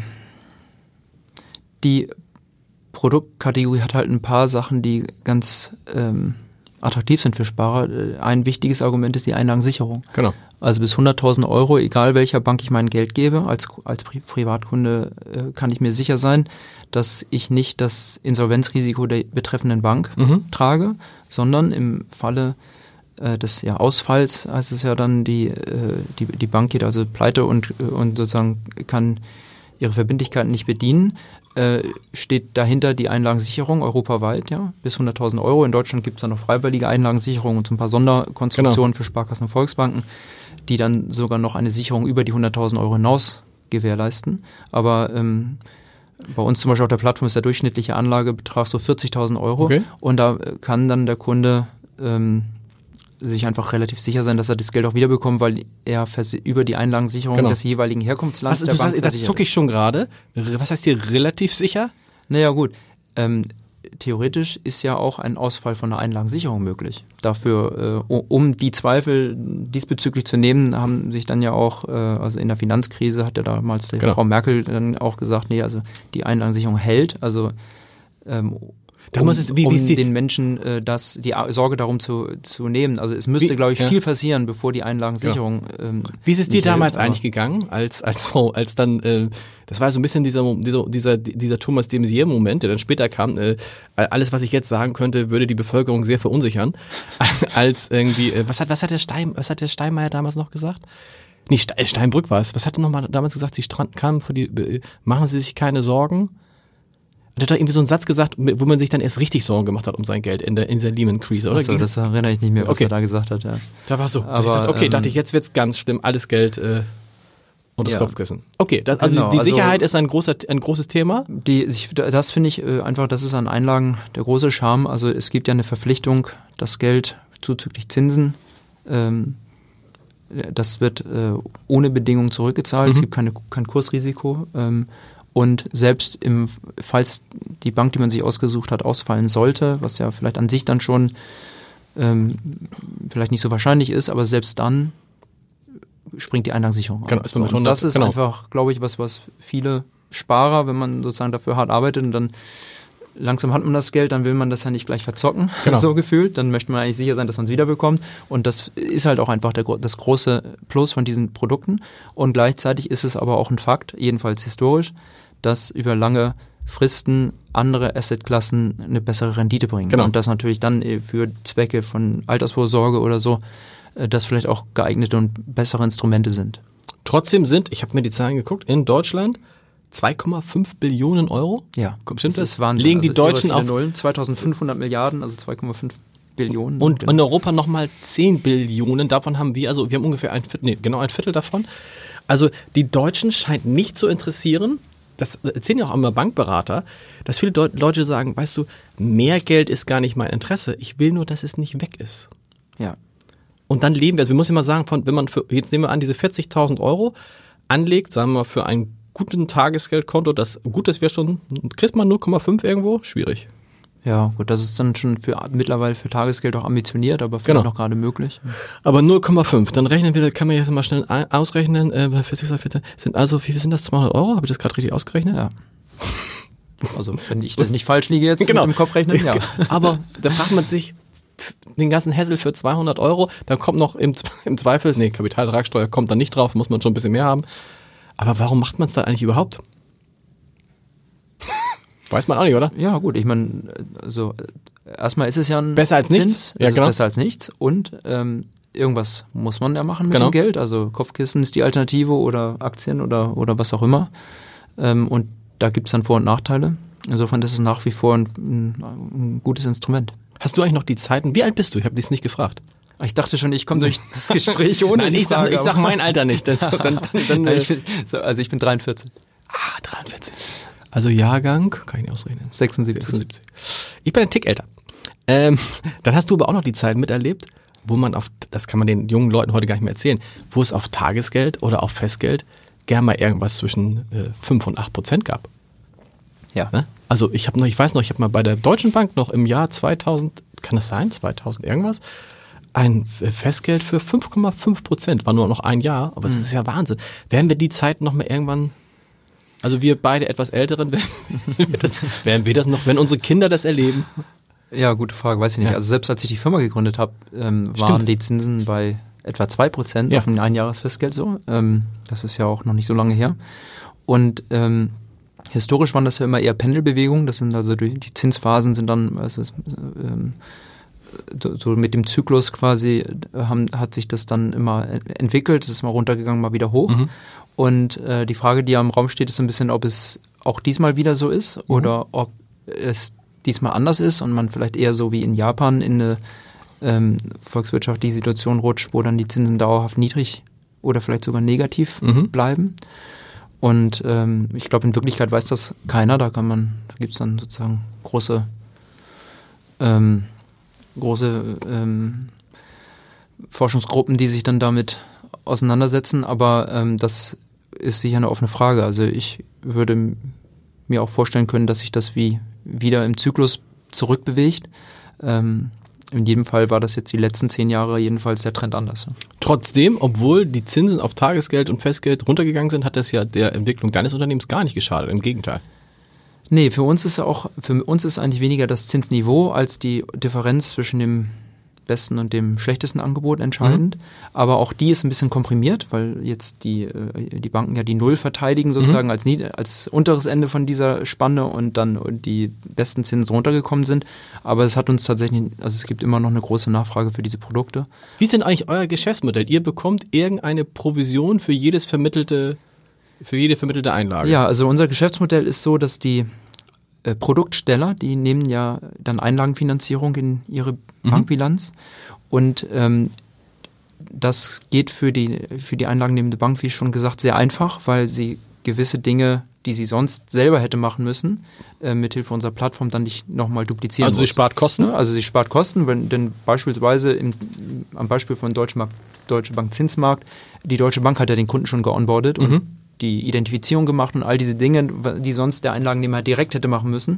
die Produktkategorie hat halt ein paar Sachen, die ganz ähm, attraktiv sind für Sparer. Ein wichtiges Argument ist die Einlagensicherung. Genau. Also bis hunderttausend Euro, egal welcher Bank ich mein Geld gebe, als, als Pri- Privatkunde äh, kann ich mir sicher sein, dass ich nicht das Insolvenzrisiko der betreffenden Bank mhm. trage, sondern im Falle äh, des ja, Ausfalls heißt es ja dann, die, äh, die, die Bank geht also pleite und, und sozusagen kann ihre Verbindlichkeiten nicht bedienen, äh, steht dahinter die Einlagensicherung europaweit, ja, bis hunderttausend Euro. In Deutschland gibt es dann noch freiwillige Einlagensicherung und so ein paar Sonderkonstruktionen genau. für Sparkassen und Volksbanken, die dann sogar noch eine Sicherung über die hunderttausend Euro hinaus gewährleisten. Aber ähm, bei uns zum Beispiel auf der Plattform ist der durchschnittliche Anlagebetrag so vierzigtausend Euro okay. und da kann dann der Kunde ähm, sich einfach relativ sicher sein, dass er das Geld auch wiederbekommt, weil er über die Einlagensicherung genau. des jeweiligen Herkunftslandes Was, der du Bank sagst, das zucke ich schon gerade. Was heißt hier relativ sicher? Naja gut, ähm, theoretisch ist ja auch ein Ausfall von der Einlagensicherung möglich. Dafür, äh, um die Zweifel diesbezüglich zu nehmen, haben sich dann ja auch, äh, also in der Finanzkrise hat ja damals die genau. Frau Merkel dann auch gesagt, nee, also die Einlagensicherung hält, also ähm, Da um, muss es, wie, um wie die, den Menschen äh, das, die Sorge darum zu, zu nehmen. Also es müsste, glaube ich, ja. viel passieren, bevor die Einlagensicherung ja. ähm, Wie ist es dir damals hält, eigentlich gegangen, als als Frau, als dann, äh, das war so ein bisschen dieser dieser dieser, dieser Thomas de Maizière-Moment, der dann später kam, äh, alles, was ich jetzt sagen könnte, würde die Bevölkerung sehr verunsichern, als irgendwie, äh, was hat was hat der Stein, was hat der Steinmeier damals noch gesagt? Nee, Steinbrück war es. Was hat er nochmal damals gesagt? Sie kamen vor die, machen Sie sich keine Sorgen. Er hat doch irgendwie so einen Satz gesagt, wo man sich dann erst richtig Sorgen gemacht hat um sein Geld in der, in der Lehman-Krise, oder? Achso, das erinnere ich nicht mehr, was okay. er da gesagt hat, ja. Da war so. Aber, ich dachte, okay, ähm, dachte ich, jetzt wird's ganz schlimm, alles Geld äh, unter das ja. Kopfkissen. Okay, das, also genau, die Sicherheit also, ist ein, großer, ein großes Thema. Die, das finde ich äh, einfach, das ist an Einlagen der große Charme. Also es gibt ja eine Verpflichtung, das Geld zuzüglich Zinsen, ähm, das wird äh, ohne Bedingung zurückgezahlt. Mhm. Es gibt keine, kein Kursrisiko. Ähm, und selbst im, falls die Bank, die man sich ausgesucht hat, ausfallen sollte, was ja vielleicht an sich dann schon ähm, vielleicht nicht so wahrscheinlich ist, aber selbst dann springt die Einlagensicherung auf. Genau, ist man mit und hundert, das ist genau. einfach, glaube ich, was, was viele Sparer, wenn man sozusagen dafür hart arbeitet und dann langsam hat man das Geld, dann will man das ja nicht gleich verzocken, genau. so gefühlt. Dann möchte man eigentlich sicher sein, dass man es wiederbekommt. Und das ist halt auch einfach der, das große Plus von diesen Produkten. Und gleichzeitig ist es aber auch ein Fakt, jedenfalls historisch, dass über lange Fristen andere Assetklassen eine bessere Rendite bringen. Genau. Und das natürlich dann für Zwecke von Altersvorsorge oder so, das vielleicht auch geeignete und bessere Instrumente sind. Trotzdem sind, ich habe mir die Zahlen geguckt, in Deutschland zwei Komma fünf Billionen Euro? Ja, stimmt das? das Wahnsinn. Legen die also Deutschen auf Nullen, zweitausendfünfhundert Milliarden, also zwei Komma fünf Billionen. Und in Europa nochmal zehn Billionen. Davon haben wir, also wir haben ungefähr ein Viertel, nee, genau ein Viertel davon. Also die Deutschen scheint nicht zu interessieren, das erzählen ja auch immer Bankberater, dass viele Deut- Leute sagen, weißt du, mehr Geld ist gar nicht mein Interesse. Ich will nur, dass es nicht weg ist. Ja. Und dann leben wir, also wir müssen immer sagen, von, wenn man für, jetzt nehmen wir an, diese vierzigtausend Euro anlegt, sagen wir mal für ein guten Tagesgeldkonto, das gut ist, wäre schon, kriegst man null Komma fünf irgendwo? Schwierig. Ja, gut, das ist dann schon für mittlerweile für Tagesgeld auch ambitioniert, aber vielleicht genau. noch gerade möglich. Aber null Komma fünf, dann rechnen wir, kann man jetzt mal schnell ausrechnen, äh, vierzig, vierzig, sind also, wie viel sind das, zweihundert Euro? Habe ich das gerade richtig ausgerechnet? Ja. Also, wenn ich das nicht falsch liege jetzt genau. mit dem Kopf rechnen, ja. Aber da fragt man sich, den ganzen Hassel für zweihundert Euro, dann kommt noch im, im Zweifel, nee, Kapitalertragssteuer kommt dann nicht drauf, muss man schon ein bisschen mehr haben. Aber warum macht man es dann eigentlich überhaupt? Weiß man auch nicht, oder? Ja, gut, ich meine, also erstmal ist es ja ein besser als Zins, nichts. Ja, genau. besser als nichts und ähm, irgendwas muss man ja machen mit genau. dem Geld. Also Kopfkissen ist die Alternative oder Aktien oder oder was auch immer. Ähm, und da gibt es dann Vor- und Nachteile. Insofern ist es nach wie vor ein, ein, ein gutes Instrument. Hast du eigentlich noch die Zeiten? Wie alt bist du? Ich habe dich nicht gefragt. Ich dachte schon, ich komme durch das Gespräch ohne Nein, die ich Frage. Sag, ich sag mein Alter nicht. Das, dann, dann, dann, Nein, ich bin, so, also ich bin dreiundvierzig. Ah, dreiundvierzig. Also Jahrgang, kann ich nicht ausrechnen. sechsundsiebzig. sechsundsiebzig. Ich bin ein Tick älter. Ähm, dann hast du aber auch noch die Zeit miterlebt, wo man auf, das kann man den jungen Leuten heute gar nicht mehr erzählen, wo es auf Tagesgeld oder auf Festgeld gern mal irgendwas zwischen äh, fünf und acht Prozent gab. Ja. Ne? Also ich habe noch, ich weiß noch, ich habe mal bei der Deutschen Bank noch im Jahr zweitausend, kann das sein, zweitausend irgendwas, ein Festgeld für fünf Komma fünf Prozent, war nur noch ein Jahr, aber das ist ja Wahnsinn. Werden wir die Zeit noch mal irgendwann, also wir beide etwas Älteren, werden wir das, werden wir das noch, wenn unsere Kinder das erleben? Ja, gute Frage, weiß ich nicht. Ja. Also selbst als ich die Firma gegründet habe, ähm, waren Stimmt. die Zinsen bei etwa zwei Prozent Ja. auf ein Einjahresfestgeld so. Ähm, das ist ja auch noch nicht so lange her. Und ähm, historisch waren das ja immer eher Pendelbewegungen. Das sind also die, die Zinsphasen sind dann, also ähm, so mit dem Zyklus quasi haben, hat sich das dann immer entwickelt. Es ist mal runtergegangen, mal wieder hoch. Mhm. Und äh, die Frage, die ja im Raum steht, ist so ein bisschen, ob es auch diesmal wieder so ist Mhm. oder ob es diesmal anders ist und man vielleicht eher so wie in Japan in eine ähm, volkswirtschaftliche Situation rutscht, wo dann die Zinsen dauerhaft niedrig oder vielleicht sogar negativ Mhm. bleiben. Und ähm, ich glaube, in Wirklichkeit weiß das keiner. Da kann man, da gibt es dann sozusagen große ähm, große ähm, Forschungsgruppen, die sich dann damit auseinandersetzen, aber ähm, das ist sicher eine offene Frage. Also ich würde mir auch vorstellen können, dass sich das wie wieder im Zyklus zurückbewegt. Ähm, in jedem Fall war das jetzt die letzten zehn Jahre jedenfalls der Trend anders. Trotzdem, obwohl die Zinsen auf Tagesgeld und Festgeld runtergegangen sind, hat das ja der Entwicklung deines Unternehmens gar nicht geschadet. Im Gegenteil. Nee, für uns ist ja auch, für uns ist eigentlich weniger das Zinsniveau als die Differenz zwischen dem besten und dem schlechtesten Angebot entscheidend. Mhm. Aber auch die ist ein bisschen komprimiert, weil jetzt die, die Banken ja die Null verteidigen sozusagen mhm. als, als unteres Ende von dieser Spanne und dann die besten Zinsen runtergekommen sind. Aber es hat uns tatsächlich, also es gibt immer noch eine große Nachfrage für diese Produkte. Wie ist denn eigentlich euer Geschäftsmodell? Ihr bekommt irgendeine Provision für jedes vermittelte, für jede vermittelte Einlage? Ja, also unser Geschäftsmodell ist so, dass die äh, Produktsteller, die nehmen ja dann Einlagenfinanzierung in ihre mhm. Bankbilanz und ähm, das geht für die, für die einlagennehmende Bank, wie schon gesagt, sehr einfach, weil sie gewisse Dinge, die sie sonst selber hätte machen müssen, äh, mithilfe unserer Plattform dann nicht nochmal duplizieren Also muss. sie spart Kosten? Also sie spart Kosten, wenn denn beispielsweise im, am Beispiel von Deutsche Bank, Deutsche Bank Zinsmarkt, die Deutsche Bank hat ja den Kunden schon geonboardet mhm. und die Identifizierung gemacht und all diese Dinge, die sonst der Einlagennehmer direkt hätte machen müssen.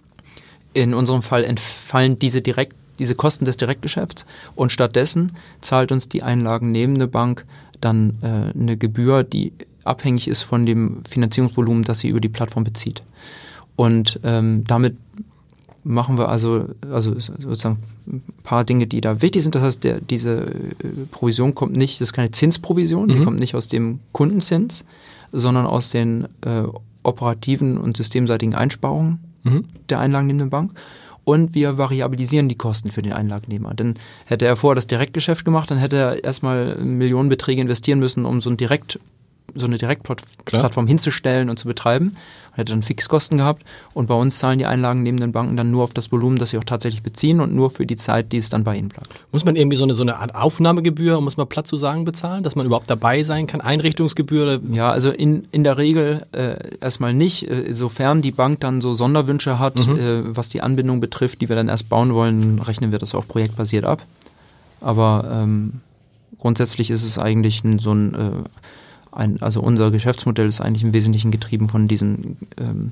In unserem Fall entfallen diese direkt diese Kosten des Direktgeschäfts und stattdessen zahlt uns die einlagennehmende Bank dann äh, eine Gebühr, die abhängig ist von dem Finanzierungsvolumen, das sie über die Plattform bezieht. Und ähm, damit machen wir also, also sozusagen ein paar Dinge, die da wichtig sind. Das heißt, der, diese äh, Provision kommt nicht, das ist keine Zinsprovision, mhm. die kommt nicht aus dem Kundenzins, sondern aus den äh, operativen und systemseitigen Einsparungen mhm. der einlagennehmenden Bank. Und wir variabilisieren die Kosten für den Einlagennehmer. Denn hätte er vorher das Direktgeschäft gemacht, dann hätte er erstmal Millionenbeträge investieren müssen, um so, ein Direkt, so eine Direktplattform hinzustellen und zu betreiben. Und hätte dann Fixkosten gehabt. Und bei uns zahlen die einlagennehmenden Banken dann nur auf das Volumen, das sie auch tatsächlich beziehen und nur für die Zeit, die es dann bei ihnen bleibt. Muss man irgendwie so eine, so eine Art Aufnahmegebühr, um es mal platt zu sagen, bezahlen, dass man überhaupt dabei sein kann? Einrichtungsgebühr? Oder? Ja, also in, in der Regel äh, erstmal nicht. Äh, sofern die Bank dann so Sonderwünsche hat, mhm. äh, was die Anbindung betrifft, die wir dann erst bauen wollen, rechnen wir das auch projektbasiert ab. Aber ähm, grundsätzlich ist es eigentlich ein, so ein, äh, ein, also unser Geschäftsmodell ist eigentlich im Wesentlichen getrieben von diesen ähm,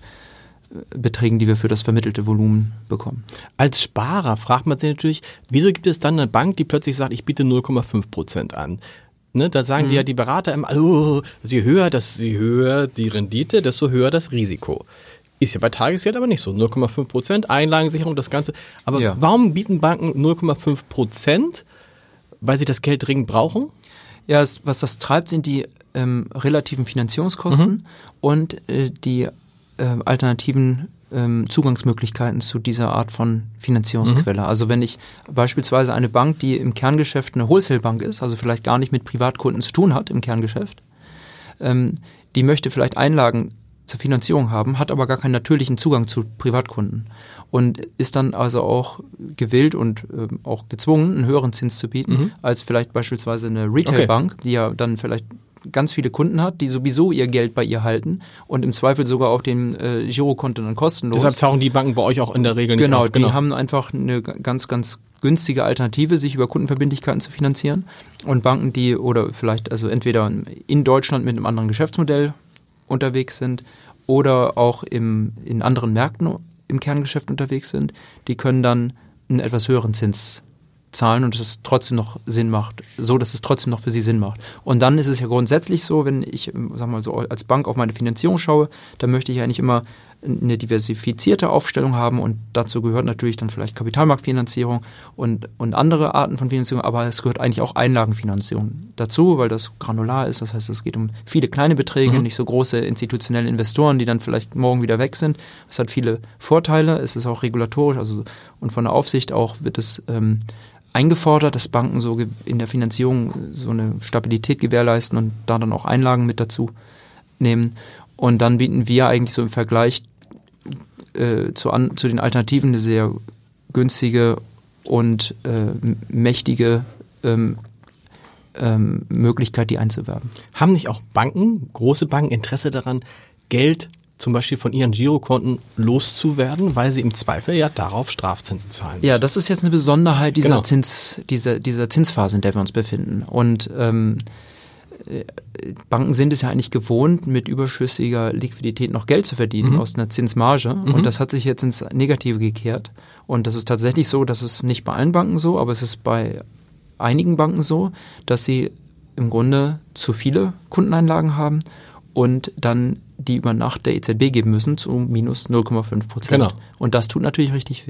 Beträgen, die wir für das vermittelte Volumen bekommen. Als Sparer fragt man sich natürlich, wieso gibt es dann eine Bank, die plötzlich sagt, ich biete null Komma fünf Prozent an? Ne, da sagen mhm. die ja die Berater immer, oh, je höher, das, je höher die Rendite, desto höher das Risiko. Ist ja bei Tagesgeld aber nicht so. null Komma fünf Prozent, Einlagensicherung, das Ganze. Aber ja. warum bieten Banken null Komma fünf Prozent? Weil sie das Geld dringend brauchen? Ja, es, was das treibt, sind die ähm, relativen Finanzierungskosten mhm. und äh, die äh, alternativen ähm, Zugangsmöglichkeiten zu dieser Art von Finanzierungsquelle. Mhm. Also wenn ich beispielsweise eine Bank, die im Kerngeschäft eine Wholesale-Bank ist, also vielleicht gar nicht mit Privatkunden zu tun hat im Kerngeschäft, ähm, die möchte vielleicht Einlagen zur Finanzierung haben, hat aber gar keinen natürlichen Zugang zu Privatkunden und ist dann also auch gewillt und äh, auch gezwungen, einen höheren Zins zu bieten, mhm. als vielleicht beispielsweise eine Retailbank, okay. die ja dann vielleicht ganz viele Kunden hat, die sowieso ihr Geld bei ihr halten und im Zweifel sogar auf dem äh, Girokonto dann kostenlos. Deshalb tauchen die Banken bei euch auch in der Regel nicht genau, auf. Genau, die haben einfach eine ganz, ganz günstige Alternative, sich über Kundenverbindlichkeiten zu finanzieren. Und Banken, die oder vielleicht also entweder in Deutschland mit einem anderen Geschäftsmodell unterwegs sind oder auch im, in anderen Märkten im Kerngeschäft unterwegs sind, die können dann einen etwas höheren Zins zahlen und es trotzdem noch Sinn macht, so dass es trotzdem noch für sie Sinn macht. Und dann ist es ja grundsätzlich so, wenn ich, sag mal so, als Bank auf meine Finanzierung schaue, dann möchte ich ja nicht immer eine diversifizierte Aufstellung haben und dazu gehört natürlich dann vielleicht Kapitalmarktfinanzierung und, und andere Arten von Finanzierung, aber es gehört eigentlich auch Einlagenfinanzierung dazu, weil das granular ist, das heißt, es geht um viele kleine Beträge, mhm. nicht so große institutionelle Investoren, die dann vielleicht morgen wieder weg sind. Es hat viele Vorteile, es ist auch regulatorisch, also und von der Aufsicht auch wird es ähm, eingefordert, dass Banken so in der Finanzierung so eine Stabilität gewährleisten und da dann auch Einlagen mit dazu nehmen. Und dann bieten wir eigentlich so im Vergleich äh, zu, an, zu den Alternativen eine sehr günstige und äh, mächtige ähm, ähm, Möglichkeit, die einzuwerben. Haben nicht auch Banken, große Banken, Interesse daran, Geld zum Beispiel von ihren Girokonten loszuwerden, weil sie im Zweifel ja darauf Strafzinsen zahlen müssen? Ja, das ist jetzt eine Besonderheit dieser, genau. Zins, dieser, dieser Zinsphase, in der wir uns befinden. Und ähm, Banken sind es ja eigentlich gewohnt, mit überschüssiger Liquidität noch Geld zu verdienen mhm. aus einer Zinsmarge. Mhm. Und das hat sich jetzt ins Negative gekehrt. Und das ist tatsächlich so, dass es nicht bei allen Banken so, aber es ist bei einigen Banken so, dass sie im Grunde zu viele Kundeneinlagen haben und dann die über Nacht der E Z B geben müssen zu minus null Komma fünf Prozent. Genau. Und das tut natürlich richtig weh.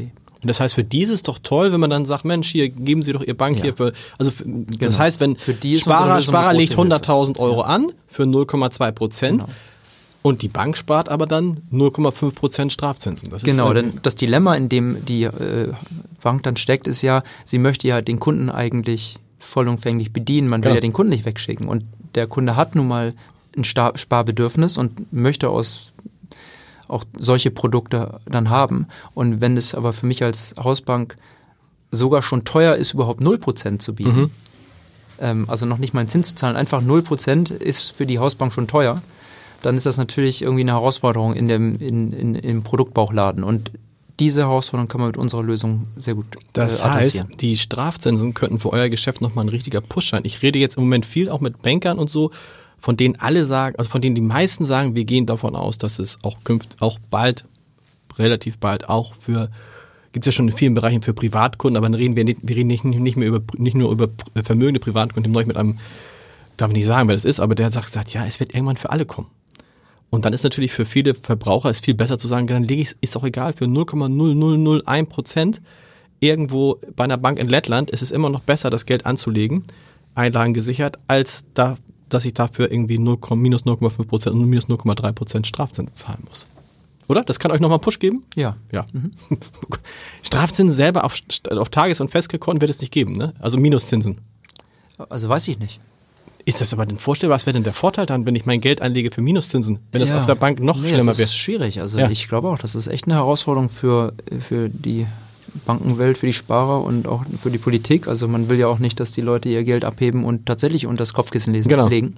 Und das heißt, für die ist es doch toll, wenn man dann sagt, Mensch, hier, geben Sie doch Ihr Bank ja. hier für, also für, das genau. heißt, wenn für die Sparer, Sparer legt hunderttausend Euro ja. an für null Komma zwei Prozent genau. und die Bank spart aber dann null Komma fünf Prozent Strafzinsen. Das genau, ist, denn das Dilemma, in dem die äh, Bank dann steckt, ist ja, sie möchte ja den Kunden eigentlich vollumfänglich bedienen, man will genau. ja den Kunden nicht wegschicken und der Kunde hat nun mal ein Star- Sparbedürfnis und möchte aus auch solche Produkte dann haben. Und wenn es aber für mich als Hausbank sogar schon teuer ist, überhaupt null Prozent zu bieten, mhm. ähm, also noch nicht mal einen Zins zu zahlen, einfach null Prozent ist für die Hausbank schon teuer, dann ist das natürlich irgendwie eine Herausforderung in dem, in, in, im Produktbauchladen. Und diese Herausforderung kann man mit unserer Lösung sehr gut Das äh, heißt, die Strafzinsen könnten für euer Geschäft nochmal ein richtiger Push sein. Ich rede jetzt im Moment viel auch mit Bankern und so, von denen alle sagen, also von denen die meisten sagen, wir gehen davon aus, dass es auch künftig, auch bald, relativ bald auch für, gibt es ja schon in vielen Bereichen für Privatkunden, aber dann reden wir nicht, wir reden nicht, nicht mehr über, nicht nur über vermögende Privatkunden, neulich mit einem, darf ich nicht sagen, wer das ist, aber der sagt, sagt, ja, es wird irgendwann für alle kommen. Und dann ist natürlich für viele Verbraucher es viel besser zu sagen, dann lege ich es, ist auch egal, für null Komma null null null eins Prozent irgendwo bei einer Bank in Lettland ist es immer noch besser, das Geld anzulegen, Einlagen gesichert, als da dass ich dafür irgendwie null, minus null Komma fünf Prozent und minus null Komma drei Prozent Strafzinsen zahlen muss. Oder? Das kann euch nochmal einen Push geben? Ja. ja. Mhm. Strafzinsen selber auf, auf Tages- und Festgeldkonten wird es nicht geben, ne? Also Minuszinsen. Also weiß ich nicht. Ist das aber denn vorstellbar? Was wäre denn der Vorteil dann, wenn ich mein Geld anlege für Minuszinsen? Wenn das ja. auf der Bank noch nee, schlimmer wäre? Das ist schwierig. Also ja. ich glaube auch, das ist echt eine Herausforderung für, für die Bankenwelt, für die Sparer und auch für die Politik. Also man will ja auch nicht, dass die Leute ihr Geld abheben und tatsächlich unter das Kopfkissen lesen, genau. legen.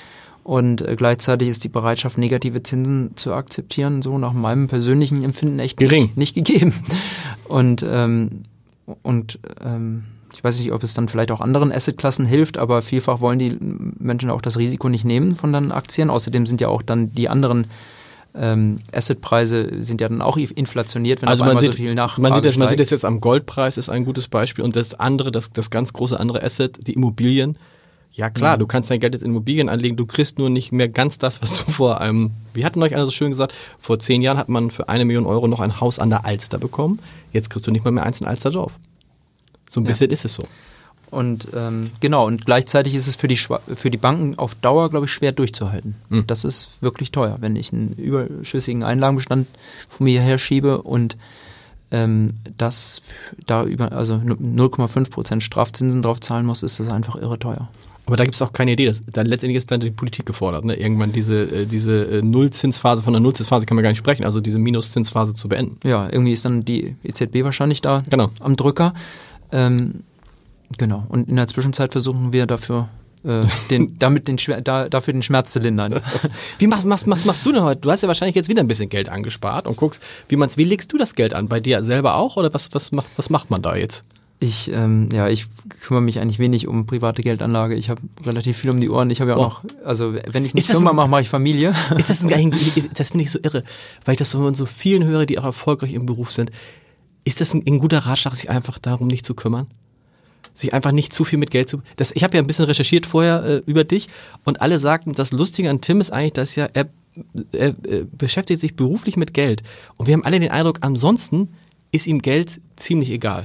Und äh, gleichzeitig ist die Bereitschaft, negative Zinsen zu akzeptieren, so nach meinem persönlichen Empfinden echt gering, nicht, nicht gegeben. Und, ähm, und ähm, ich weiß nicht, ob es dann vielleicht auch anderen Assetklassen hilft, aber vielfach wollen die Menschen auch das Risiko nicht nehmen von dann Aktien. Außerdem sind ja auch dann die anderen Ähm, Assetpreise sind ja dann auch inflationiert, wenn also auf einmal sieht, so viel Nachfrage man sieht das, steigt. Man sieht das jetzt am Goldpreis, ist ein gutes Beispiel. Und das andere, das, das ganz große andere Asset, die Immobilien. Ja klar, mhm. du kannst dein Geld jetzt in Immobilien anlegen, du kriegst nur nicht mehr ganz das, was du vor einem, wie hatten euch einer so schön gesagt, vor zehn Jahren hat man für eine Million Euro noch ein Haus an der Alster bekommen. Jetzt kriegst du nicht mal mehr eins in Alsterdorf. So ein ja. bisschen ist es so. Und ähm, genau, und gleichzeitig ist es für die für die Banken auf Dauer, glaube ich, schwer durchzuhalten. Mhm. Das ist wirklich teuer, wenn ich einen überschüssigen Einlagenbestand von mir her schiebe und ähm, das da über also null Komma fünf Prozent Strafzinsen drauf zahlen muss, ist das einfach irre teuer. Aber da gibt es auch keine Idee. Das, dann letztendlich ist dann die Politik gefordert, ne? Irgendwann diese, äh, diese äh, Nullzinsphase, von der Nullzinsphase kann man gar nicht sprechen, also diese Minuszinsphase zu beenden. Ja, irgendwie ist dann die E Z B wahrscheinlich da genau. am Drücker. Ähm, Genau. Und in der Zwischenzeit versuchen wir dafür, äh, den, damit den, da, dafür den Schmerz zu lindern. Wie machst, machst, machst, machst du denn heute? Du hast ja wahrscheinlich jetzt wieder ein bisschen Geld angespart und guckst, wie man's, wie legst du das Geld an? Bei dir selber auch oder was, was, macht, was macht man da jetzt? Ich, ähm, ja, ich kümmere mich eigentlich wenig um private Geldanlage. Ich habe relativ viel um die Ohren. Ich habe ja auch oh. noch, also wenn ich nicht Firma mache, mache ich Familie. Ist das ein, das finde ich so irre, weil ich das von so vielen höre, die auch erfolgreich im Beruf sind. Ist das ein, ein guter Ratschlag, sich einfach darum nicht zu kümmern? Sich einfach nicht zu viel mit Geld zu... Das, ich habe ja ein bisschen recherchiert vorher äh, über dich und alle sagten, das Lustige an Tim ist eigentlich, dass ja er, er, er beschäftigt sich beruflich mit Geld. Und wir haben alle den Eindruck, ansonsten ist ihm Geld ziemlich egal.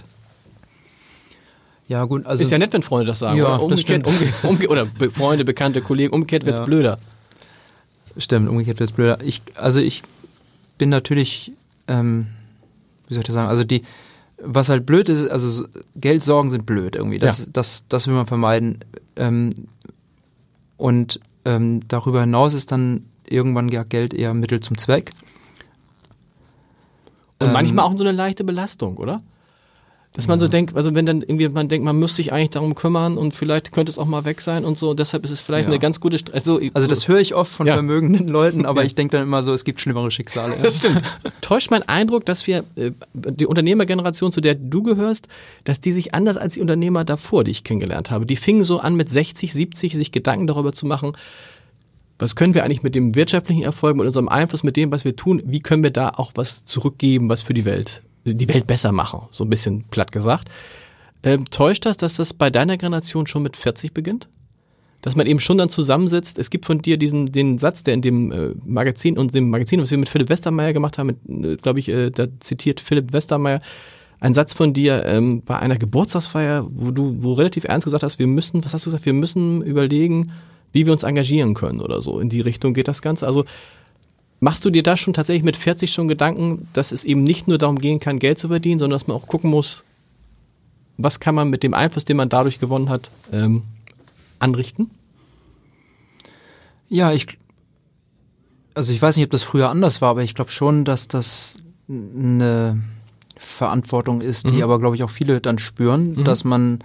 Ja gut, also... Ist ja nett, wenn Freunde das sagen. Ja, oder umgekehrt, das umge, umge, oder Freunde, Bekannte, Kollegen, umgekehrt wird's ja. blöder. Stimmt, umgekehrt wird's blöder. Ich, also ich bin natürlich, ähm, wie soll ich das sagen, also die... Was halt blöd ist, also Geldsorgen sind blöd irgendwie. Das, ja. das, das will man vermeiden. Ähm, und ähm, darüber hinaus ist dann irgendwann ja Geld eher Mittel zum Zweck. Und ähm, manchmal auch so eine leichte Belastung, oder? Dass man ja. so denkt, also wenn dann irgendwie man denkt, man müsste sich eigentlich darum kümmern und vielleicht könnte es auch mal weg sein und so, deshalb ist es vielleicht ja. eine ganz gute... St- also, also das höre ich oft von ja. vermögenden Leuten, aber ja. ich denke dann immer so, es gibt schlimmere Schicksale. Das stimmt. Täuscht mein Eindruck, dass wir, äh, die Unternehmergeneration, zu der du gehörst, dass die sich anders als die Unternehmer davor, die ich kennengelernt habe, die fingen so an mit sechzig, siebzig, sich Gedanken darüber zu machen, was können wir eigentlich mit dem wirtschaftlichen Erfolg, mit unserem Einfluss, mit dem, was wir tun, wie können wir da auch was zurückgeben, was für die Welt die Welt besser machen, so ein bisschen platt gesagt. Ähm, täuscht das, dass das bei deiner Generation schon mit vierzig beginnt? Dass man eben schon dann zusammensitzt, es gibt von dir diesen den Satz, der in dem äh, Magazin und dem Magazin, was wir mit Philipp Westermeier gemacht haben, mit, äh, glaube ich, äh, da zitiert Philipp Westermeier ein Satz von dir ähm, bei einer Geburtstagsfeier, wo du wo relativ ernst gesagt hast, wir müssen, was hast du gesagt, wir müssen überlegen, wie wir uns engagieren können oder so. In die Richtung geht das Ganze. Also machst du dir da schon tatsächlich mit vierzig schon Gedanken, dass es eben nicht nur darum gehen kann, Geld zu verdienen, sondern dass man auch gucken muss, was kann man mit dem Einfluss, den man dadurch gewonnen hat, ähm, anrichten? Ja, ich, also ich weiß nicht, ob das früher anders war, aber ich glaube schon, dass das eine Verantwortung ist, die mhm. aber, glaube ich, auch viele dann spüren, mhm. dass man,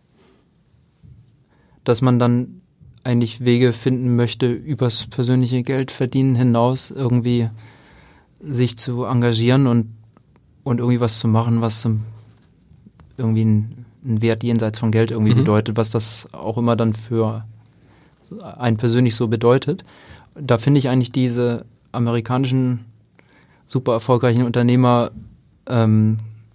dass man dann eigentlich Wege finden möchte, übers persönliche Geldverdienen hinaus irgendwie sich zu engagieren und, und irgendwie was zu machen, was zum, irgendwie einen, einen Wert jenseits von Geld irgendwie mhm. bedeutet, was das auch immer dann für einen persönlich so bedeutet. Da finde ich eigentlich diese amerikanischen super erfolgreichen Unternehmer ähm,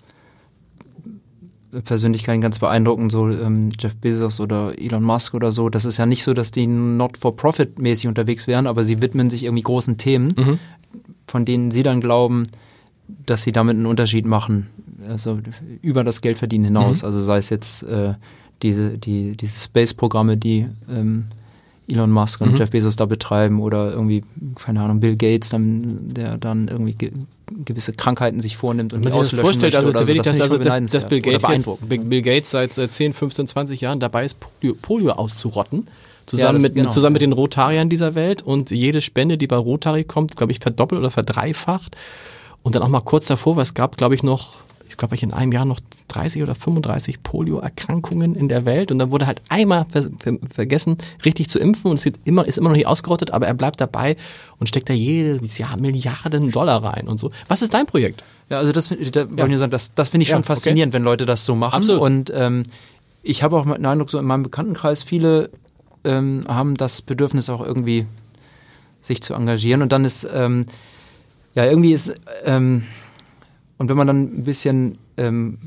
Persönlichkeiten ganz beeindruckend, so ähm, Jeff Bezos oder Elon Musk oder so. Das ist ja nicht so, dass die not-for-profit-mäßig unterwegs wären, aber sie widmen sich irgendwie großen Themen, mhm. von denen sie dann glauben, dass sie damit einen Unterschied machen, also über das Geldverdienen hinaus. Mhm. Also sei es jetzt äh, diese, die, diese Space-Programme, die ähm, Elon Musk und mhm. Jeff Bezos da betreiben oder irgendwie, keine Ahnung, Bill Gates, dann, der dann irgendwie ge- gewisse Krankheiten sich vornimmt und man die sich das vorstellt, also, so. das, das, also dass, dass Bill, Gates jetzt, Bill, Bill Gates seit, seit zehn, fünfzehn, zwanzig Jahren dabei ist, Polio, Polio auszurotten, zusammen, ja, das, mit, genau. zusammen mit den Rotariern dieser Welt, und jede Spende, die bei Rotary kommt, glaube ich, verdoppelt oder verdreifacht, und dann auch mal kurz davor, weil es gab, glaube ich, noch, ich glaube, ich in einem Jahr noch dreißig oder fünfunddreißig Polio-Erkrankungen in der Welt, und dann wurde halt einmal ver- ver- vergessen, richtig zu impfen, und es ist immer, ist immer noch nicht ausgerottet, aber er bleibt dabei und steckt da jedes Jahr Milliarden Dollar rein und so. Was ist dein Projekt? Ja, also das, da ja. ich sagen, das, das finde ich schon ja, faszinierend, okay. wenn Leute das so machen. Absolut. Und ähm, ich habe auch den Eindruck, so in meinem Bekanntenkreis, viele ähm, haben das Bedürfnis auch irgendwie, sich zu engagieren, und dann ist, ähm, ja, irgendwie ist, ähm, und wenn man dann ein bisschen ähm,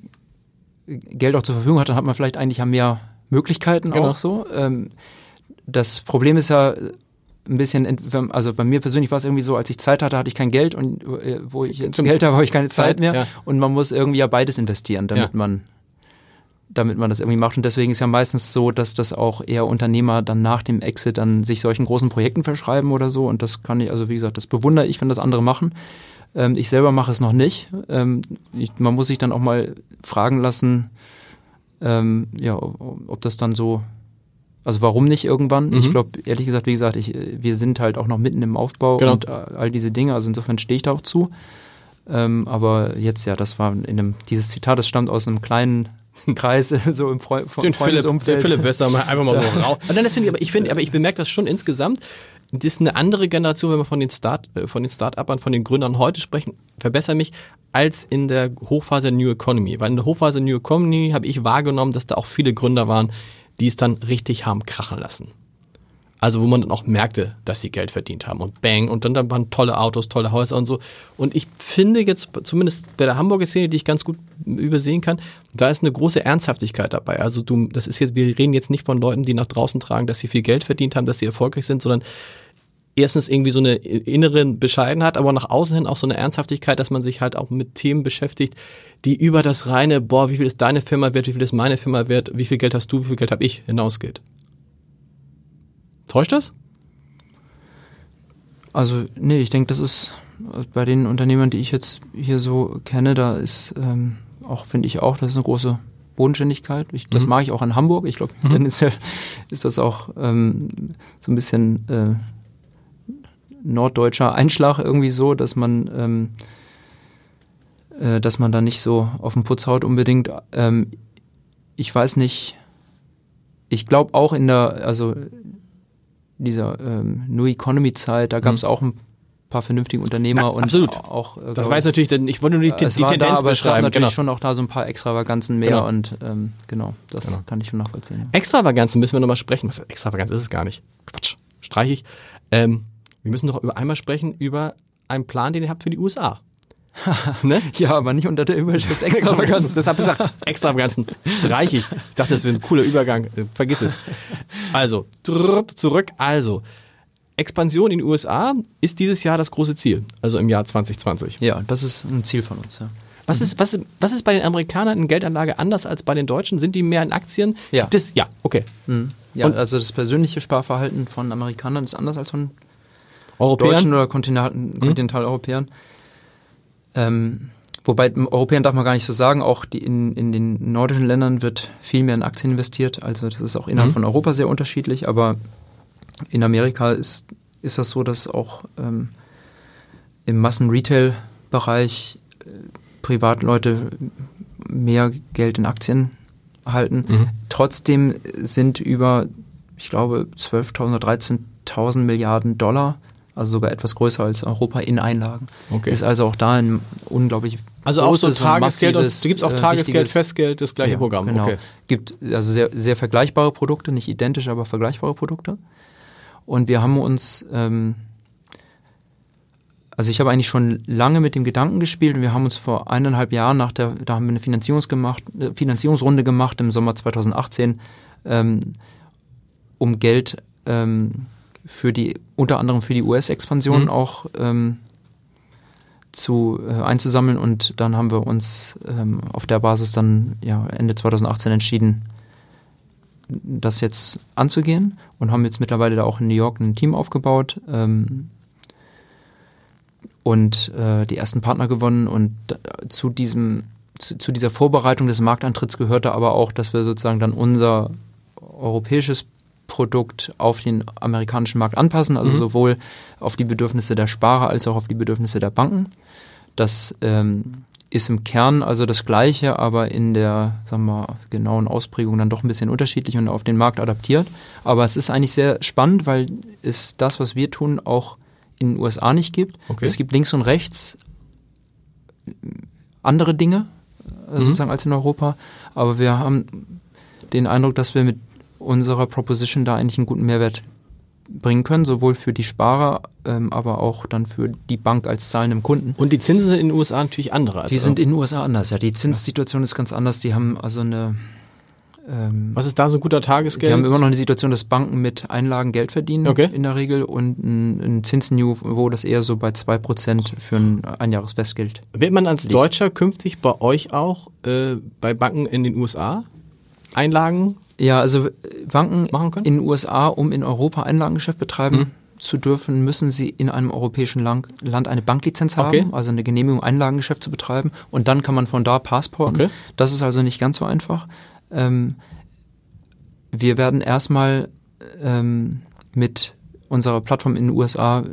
Geld auch zur Verfügung hat, dann hat man vielleicht eigentlich ja mehr Möglichkeiten genau. auch so. Ähm, das Problem ist ja ein bisschen, also bei mir persönlich war es irgendwie so, als ich Zeit hatte, hatte ich kein Geld, und äh, wo ich jetzt Geld habe, habe ich keine Zeit mehr. Ja. Und man muss irgendwie ja beides investieren, damit ja. man damit man das irgendwie macht. Und deswegen ist ja meistens so, dass das auch eher Unternehmer dann nach dem Exit dann sich solchen großen Projekten verschreiben oder so. Und das kann ich, also wie gesagt, das bewundere ich, wenn das andere machen. Ähm, ich selber mache es noch nicht. Ähm, ich, man muss sich dann auch mal fragen lassen, ähm, ja, ob, ob das dann so, also warum nicht irgendwann? Mhm. Ich glaube, ehrlich gesagt, wie gesagt, ich, wir sind halt auch noch mitten im Aufbau genau. und all diese Dinge. Also insofern stehe ich da auch zu. Ähm, aber jetzt, ja, das war in einem, dieses Zitat, das stammt aus einem kleinen Kreis, so im Freu- den Freundesumfeld. Den Philipp Wester mal einfach mal so raus. Und dann das finde ich, aber ich finde, aber ich bemerke das schon insgesamt. Das ist eine andere Generation, wenn wir von den Start, von den Start-Upern, von den Gründern heute sprechen, verbessere mich, als in der Hochphase der New Economy. Weil in der Hochphase der New Economy habe ich wahrgenommen, dass da auch viele Gründer waren, die es dann richtig haben krachen lassen. Also wo man dann auch merkte, dass sie Geld verdient haben, und bang, und dann, dann waren tolle Autos, tolle Häuser und so. Und ich finde jetzt, zumindest bei der Hamburger Szene, die ich ganz gut übersehen kann, da ist eine große Ernsthaftigkeit dabei. Also du, das ist jetzt, wir reden jetzt nicht von Leuten, die nach draußen tragen, dass sie viel Geld verdient haben, dass sie erfolgreich sind, sondern erstens irgendwie so eine innere Bescheidenheit, aber nach außen hin auch so eine Ernsthaftigkeit, dass man sich halt auch mit Themen beschäftigt, die über das reine, boah, wie viel ist deine Firma wert, wie viel ist meine Firma wert, wie viel Geld hast du, wie viel Geld habe ich, hinausgeht. Täuscht das? Also, nee, ich denke, das ist bei den Unternehmern, die ich jetzt hier so kenne, da ist ähm, auch, finde ich auch, das ist eine große Bodenständigkeit. Ich, das mhm. mag ich auch in Hamburg. Ich glaube, mhm. ist, ist das auch ähm, so ein bisschen äh, norddeutscher Einschlag irgendwie so, dass man ähm, äh, dass man da nicht so auf den Putz haut unbedingt. Ähm, ich weiß nicht, ich glaube auch in der, also dieser ähm, New Economy Zeit, da gab es mhm. auch ein paar vernünftige Unternehmer. Ja, und absolut. auch äh, das war jetzt natürlich, ich wollte nur die, die, die Tendenz da, aber beschreiben. Es gab natürlich genau. schon auch da so ein paar Extravaganzen mehr genau. und ähm, genau, das genau. kann ich schon nachvollziehen. Extravaganzen müssen wir nochmal sprechen. Was Extravaganz ist es gar nicht. Quatsch, streiche ich. Ähm, wir müssen doch über einmal sprechen über einen Plan, den ihr habt für die U S A. Ne? Ja, aber nicht unter der Überschrift Extravaganzen. Das habe ich gesagt. Extravaganzen streiche ich. Ich dachte, das ist ein cooler Übergang. Vergiss es. Also, zurück. Also, Expansion in den U S A ist dieses Jahr das große Ziel. Also im Jahr zwanzig zwanzig. Ja, das ist ein Ziel von uns. Ja. Was ist, was, was ist bei den Amerikanern in Geldanlage anders als bei den Deutschen? Sind die mehr in Aktien? Ja. Das, ja, okay. Mhm. Ja, Und also das persönliche Sparverhalten von Amerikanern ist anders als von Europäern? Deutschen oder Kontinental- Kontinentaleuropäern. Ähm, wobei Europäern darf man gar nicht so sagen, auch die in, in den nordischen Ländern wird viel mehr in Aktien investiert. Also das ist auch innerhalb mhm. von Europa sehr unterschiedlich, aber in Amerika ist, ist das so, dass auch ähm, im Massen-Retail-Bereich äh, Privatleute mehr Geld in Aktien halten. Mhm. Trotzdem sind über, ich glaube, zwölftausend oder dreizehntausend Milliarden Dollar, also sogar etwas größer als Europa, in Einlagen. Okay. Ist also auch da ein unglaublich Also auch so großes und Tagesgeld, und, massives, da gibt es auch äh, Tagesgeld, wichtiges- Festgeld, das gleiche Ja, Programm. Genau. Okay. Gibt also sehr, sehr vergleichbare Produkte, nicht identisch, aber vergleichbare Produkte. Und wir haben uns, ähm, also ich habe eigentlich schon lange mit dem Gedanken gespielt und wir haben uns vor eineinhalb Jahren nach der, da haben wir eine Finanzierungs gemacht, äh, Finanzierungsrunde gemacht im Sommer zweitausendachtzehn, ähm, um Geld ähm, für die, unter anderem für die U S-Expansion Mhm. auch ähm, zu äh, einzusammeln, und dann haben wir uns ähm, auf der Basis dann ja Ende zweitausendachtzehn entschieden, das jetzt anzugehen, und haben jetzt mittlerweile da auch in New York ein Team aufgebaut ähm, und äh, die ersten Partner gewonnen, und da, zu diesem zu, zu dieser Vorbereitung des Marktantritts gehörte aber auch, dass wir sozusagen dann unser europäisches Produkt auf den amerikanischen Markt anpassen, also mhm. sowohl auf die Bedürfnisse der Sparer als auch auf die Bedürfnisse der Banken. Das ähm, ist im Kern also das Gleiche, aber in der, sagen wir mal, genauen Ausprägung dann doch ein bisschen unterschiedlich und auf den Markt adaptiert. Aber es ist eigentlich sehr spannend, weil es das, was wir tun, auch in den U S A nicht gibt. Okay. Es gibt links und rechts andere Dinge, äh, Mhm. sozusagen, als in Europa. Aber wir haben den Eindruck, dass wir mit unserer Proposition da eigentlich einen guten Mehrwert bringen können, sowohl für die Sparer, ähm, aber auch dann für die Bank als zahlendem Kunden. Und die Zinsen sind in den U S A natürlich andere. Als Die sind in den U S A anders, ja. Die Zinssituation ist ganz anders. Die haben also eine... Ähm, Was ist da so ein guter Tagesgeld? Die haben immer noch eine Situation, dass Banken mit Einlagen Geld verdienen, Okay. in der Regel, und ein, ein Zinsniveau, das eher so bei zwei Prozent für ein Einjahresfestgeld. Wird man als Deutscher künftig bei euch auch äh, bei Banken in den U S A Einlagen? Ja, also äh, Banken Machen können? in den U S A, um in Europa Einlagengeschäft betreiben Mhm. zu dürfen, müssen sie in einem europäischen Lang- Land eine Banklizenz haben, Okay. also eine Genehmigung, Einlagengeschäft zu betreiben, und dann kann man von da passporten. Okay. Das ist also nicht ganz so einfach. Ähm, wir werden erstmal ähm, mit unserer Plattform in den U S A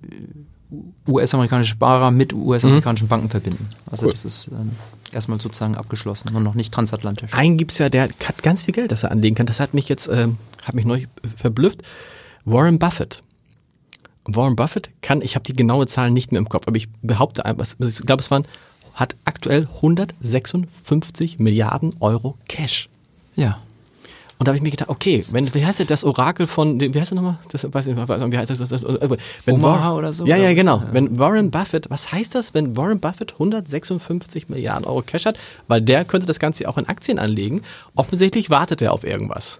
U S-amerikanische Sparer mit U S-amerikanischen mhm. Banken verbinden. Also cool. Das ist ähm, erstmal sozusagen abgeschlossen und noch nicht transatlantisch. Einen gibt's ja, der hat ganz viel Geld, das er anlegen kann. Das hat mich jetzt, ähm, hat mich neu verblüfft. Warren Buffett. Warren Buffett kann, ich habe die genaue Zahl nicht mehr im Kopf, aber ich behaupte einfach, ich glaube, es waren, hat aktuell hundertsechsundfünfzig Milliarden Euro Cash. Ja. Und da habe ich mir gedacht, okay, wenn, wie heißt das, das Orakel von, wie heißt das nochmal? Das weiß ich nicht, wie heißt das? das, das wenn Omaha Warren, oder so? Ja, ja, oder genau. was? Wenn Warren Buffett, was heißt das, wenn Warren Buffett hundertsechsundfünfzig Milliarden Euro Cash hat? Weil der könnte das Ganze auch in Aktien anlegen. Offensichtlich wartet er auf irgendwas.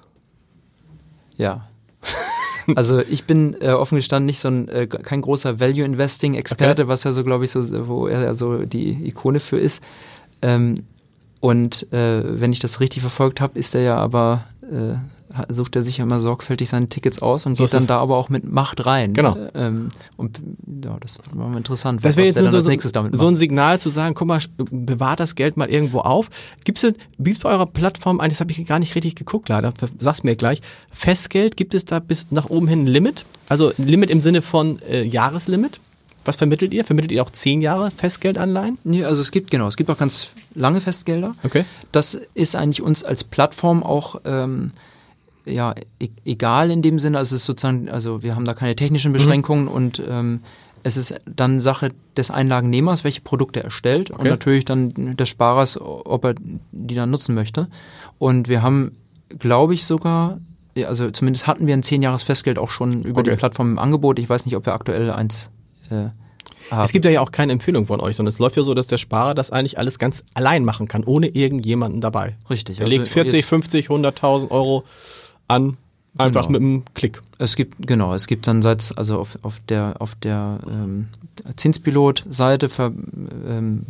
Ja. Also ich bin äh, offen gestanden nicht so ein äh, kein großer Value-Investing-Experte, Okay. was ja so, glaube ich, so, wo er ja so die Ikone für ist. Ähm, und äh, wenn ich das richtig verfolgt habe, ist er ja aber, äh, sucht er sich ja immer sorgfältig seine Tickets aus und So geht ist dann das. da aber auch mit Macht rein. Genau. Ähm, und ja, das war mal interessant, Das was, wäre was jetzt der dann so, als so, nächstes damit so macht. ein Signal zu sagen, guck mal, bewahrt das Geld mal irgendwo auf. Gibt es, wie ist bei eurer Plattform eigentlich, das habe ich gar nicht richtig geguckt, leider, sag's mir gleich, Festgeld, gibt es da bis nach oben hin ein Limit? Also ein Limit im Sinne von äh, Jahreslimit? Was vermittelt ihr? Vermittelt ihr auch zehn Jahre Festgeldanleihen? Nee, also es gibt, genau, es gibt auch ganz lange Festgelder. Okay. Das ist eigentlich uns als Plattform auch ähm, ja, e- egal in dem Sinne. Also es ist sozusagen, also wir haben da keine technischen Beschränkungen, mhm. und ähm, es ist dann Sache des Einlagennehmers, welche Produkte er stellt, Okay. und natürlich dann des Sparers, ob er die dann nutzen möchte. Und wir haben, glaube ich, sogar, ja, also zumindest hatten wir ein zehn Jahres Festgeld auch schon über Okay. die Plattform im Angebot. Ich weiß nicht, ob wir aktuell eins äh, haben. Es gibt ja auch keine Empfehlung von euch, sondern es läuft ja so, dass der Sparer das eigentlich alles ganz allein machen kann, ohne irgendjemanden dabei. Richtig. Er also legt vierzig, jetzt- fünfzig, hunderttausend Euro an, einfach Genau. mit einem Klick. Es gibt, genau, es gibt dann seit, also auf, auf der, auf der ähm, Zinspilot-Seite ver, ähm,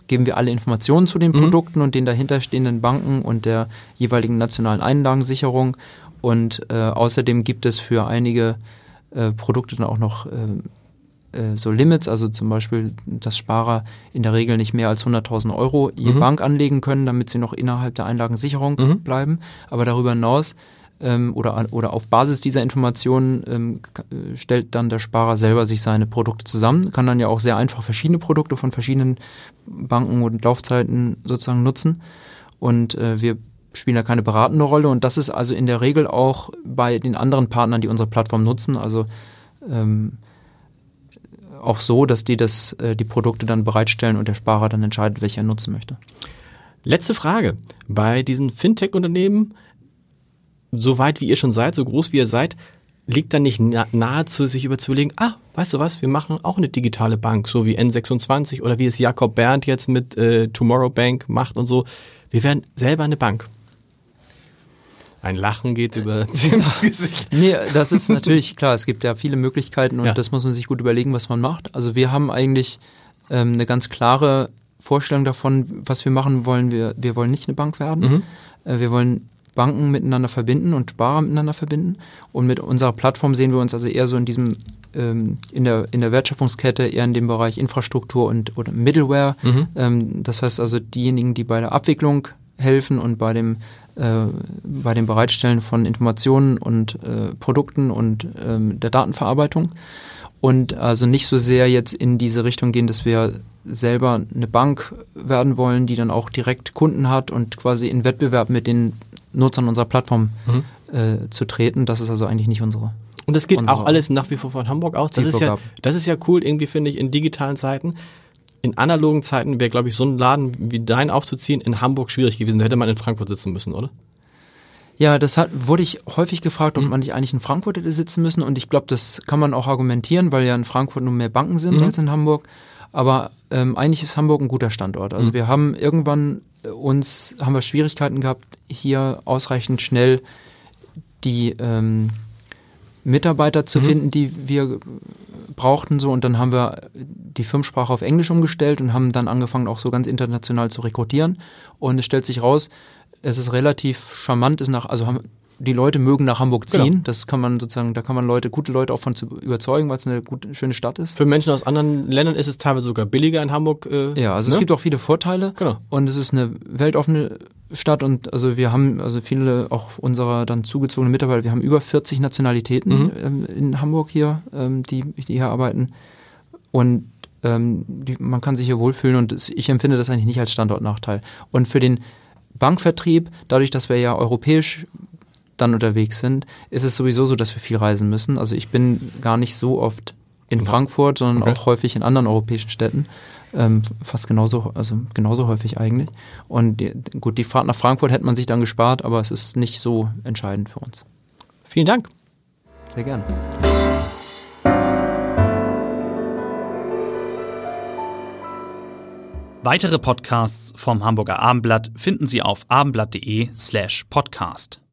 geben wir alle Informationen zu den mhm. Produkten und den dahinterstehenden Banken und der jeweiligen nationalen Einlagensicherung. Und äh, außerdem gibt es für einige äh, Produkte dann auch noch äh, äh, so Limits, also zum Beispiel, dass Sparer in der Regel nicht mehr als hunderttausend Euro je mhm. Bank anlegen können, damit sie noch innerhalb der Einlagensicherung mhm. bleiben. Aber darüber hinaus ähm, oder, oder auf Basis dieser Informationen ähm, stellt dann der Sparer selber sich seine Produkte zusammen, kann dann ja auch sehr einfach verschiedene Produkte von verschiedenen Banken und Laufzeiten sozusagen nutzen. Und äh, wir spielen da keine beratende Rolle und das ist also in der Regel auch bei den anderen Partnern, die unsere Plattform nutzen, also ähm, auch so, dass die das, äh, die Produkte dann bereitstellen und der Sparer dann entscheidet, welche er nutzen möchte. Letzte Frage. Bei diesen Fintech-Unternehmen, so weit wie ihr schon seid, so groß wie ihr seid, liegt dann nicht na- nahezu, sich überzulegen, ah, weißt du was, wir machen auch eine digitale Bank, so wie N sechsundzwanzig oder wie es Jakob Berndt jetzt mit äh, Tomorrow Bank macht und so. Wir werden selber eine Bank. Ein Lachen geht über das Gesicht. Nee, das ist natürlich klar, es gibt ja viele Möglichkeiten und ja. das muss man sich gut überlegen, was man macht. Also wir haben eigentlich ähm, eine ganz klare Vorstellung davon, was wir machen wollen. Wir, wir wollen nicht eine Bank werden. Mhm. Äh, wir wollen Banken miteinander verbinden und Sparer miteinander verbinden. Und mit unserer Plattform sehen wir uns also eher so in diesem, ähm, in der, in der Wertschöpfungskette, eher in dem Bereich Infrastruktur und oder Middleware. Mhm. Ähm, das heißt also diejenigen, die bei der Abwicklung helfen und bei dem äh, bei dem Bereitstellen von Informationen und äh, Produkten und ähm, der Datenverarbeitung und also nicht so sehr jetzt in diese Richtung gehen, dass wir selber eine Bank werden wollen, die dann auch direkt Kunden hat und quasi in Wettbewerb mit den Nutzern unserer Plattform mhm. äh, zu treten. Das ist also eigentlich nicht unsere. Und das geht auch alles nach wie vor von Hamburg aus. Das ist ja, das ist ja cool irgendwie, finde ich, in digitalen Zeiten. In analogen Zeiten wäre, glaube ich, so ein Laden wie dein aufzuziehen in Hamburg schwierig gewesen. Da hätte man in Frankfurt sitzen müssen, oder? Ja, das hat, wurde ich häufig gefragt, ob mhm. man nicht eigentlich in Frankfurt hätte sitzen müssen. Und ich glaube, das kann man auch argumentieren, weil ja in Frankfurt nur mehr Banken sind mhm. als in Hamburg. Aber ähm, eigentlich ist Hamburg ein guter Standort. Also mhm. wir haben irgendwann uns, haben wir Schwierigkeiten gehabt, hier ausreichend schnell die ähm, Mitarbeiter zu mhm. finden, die wir brauchten so und dann haben wir die Firmensprache auf Englisch umgestellt und haben dann angefangen auch so ganz international zu rekrutieren und es stellt sich raus, es ist relativ charmant, ist nach, also haben, die Leute mögen nach Hamburg ziehen, genau. Das kann man sozusagen, da kann man Leute, gute Leute auch von zu überzeugen, weil es eine gute, schöne Stadt ist. Für Menschen aus anderen Ländern ist es teilweise sogar billiger in Hamburg. Äh, ja, also ne? Es gibt auch viele Vorteile genau. Und es ist eine weltoffene Stadt und also wir haben also viele auch unserer dann zugezogenen Mitarbeiter, wir haben über vierzig Nationalitäten mhm. ähm, in Hamburg hier, ähm, die, die hier arbeiten und ähm, die, man kann sich hier wohlfühlen und das, ich empfinde das eigentlich nicht als Standortnachteil. Und für den Bankvertrieb, dadurch, dass wir ja europäisch dann unterwegs sind, ist es sowieso so, dass wir viel reisen müssen. Also ich bin gar nicht so oft in Frankfurt, sondern okay. auch häufig in anderen europäischen Städten. Ähm, fast genauso, also genauso häufig eigentlich. Und die, gut, die Fahrt nach Frankfurt hätte man sich dann gespart, aber es ist nicht so entscheidend für uns. Vielen Dank. Sehr gern. Weitere Podcasts vom Hamburger Abendblatt finden Sie auf abendblatt.de slash podcast.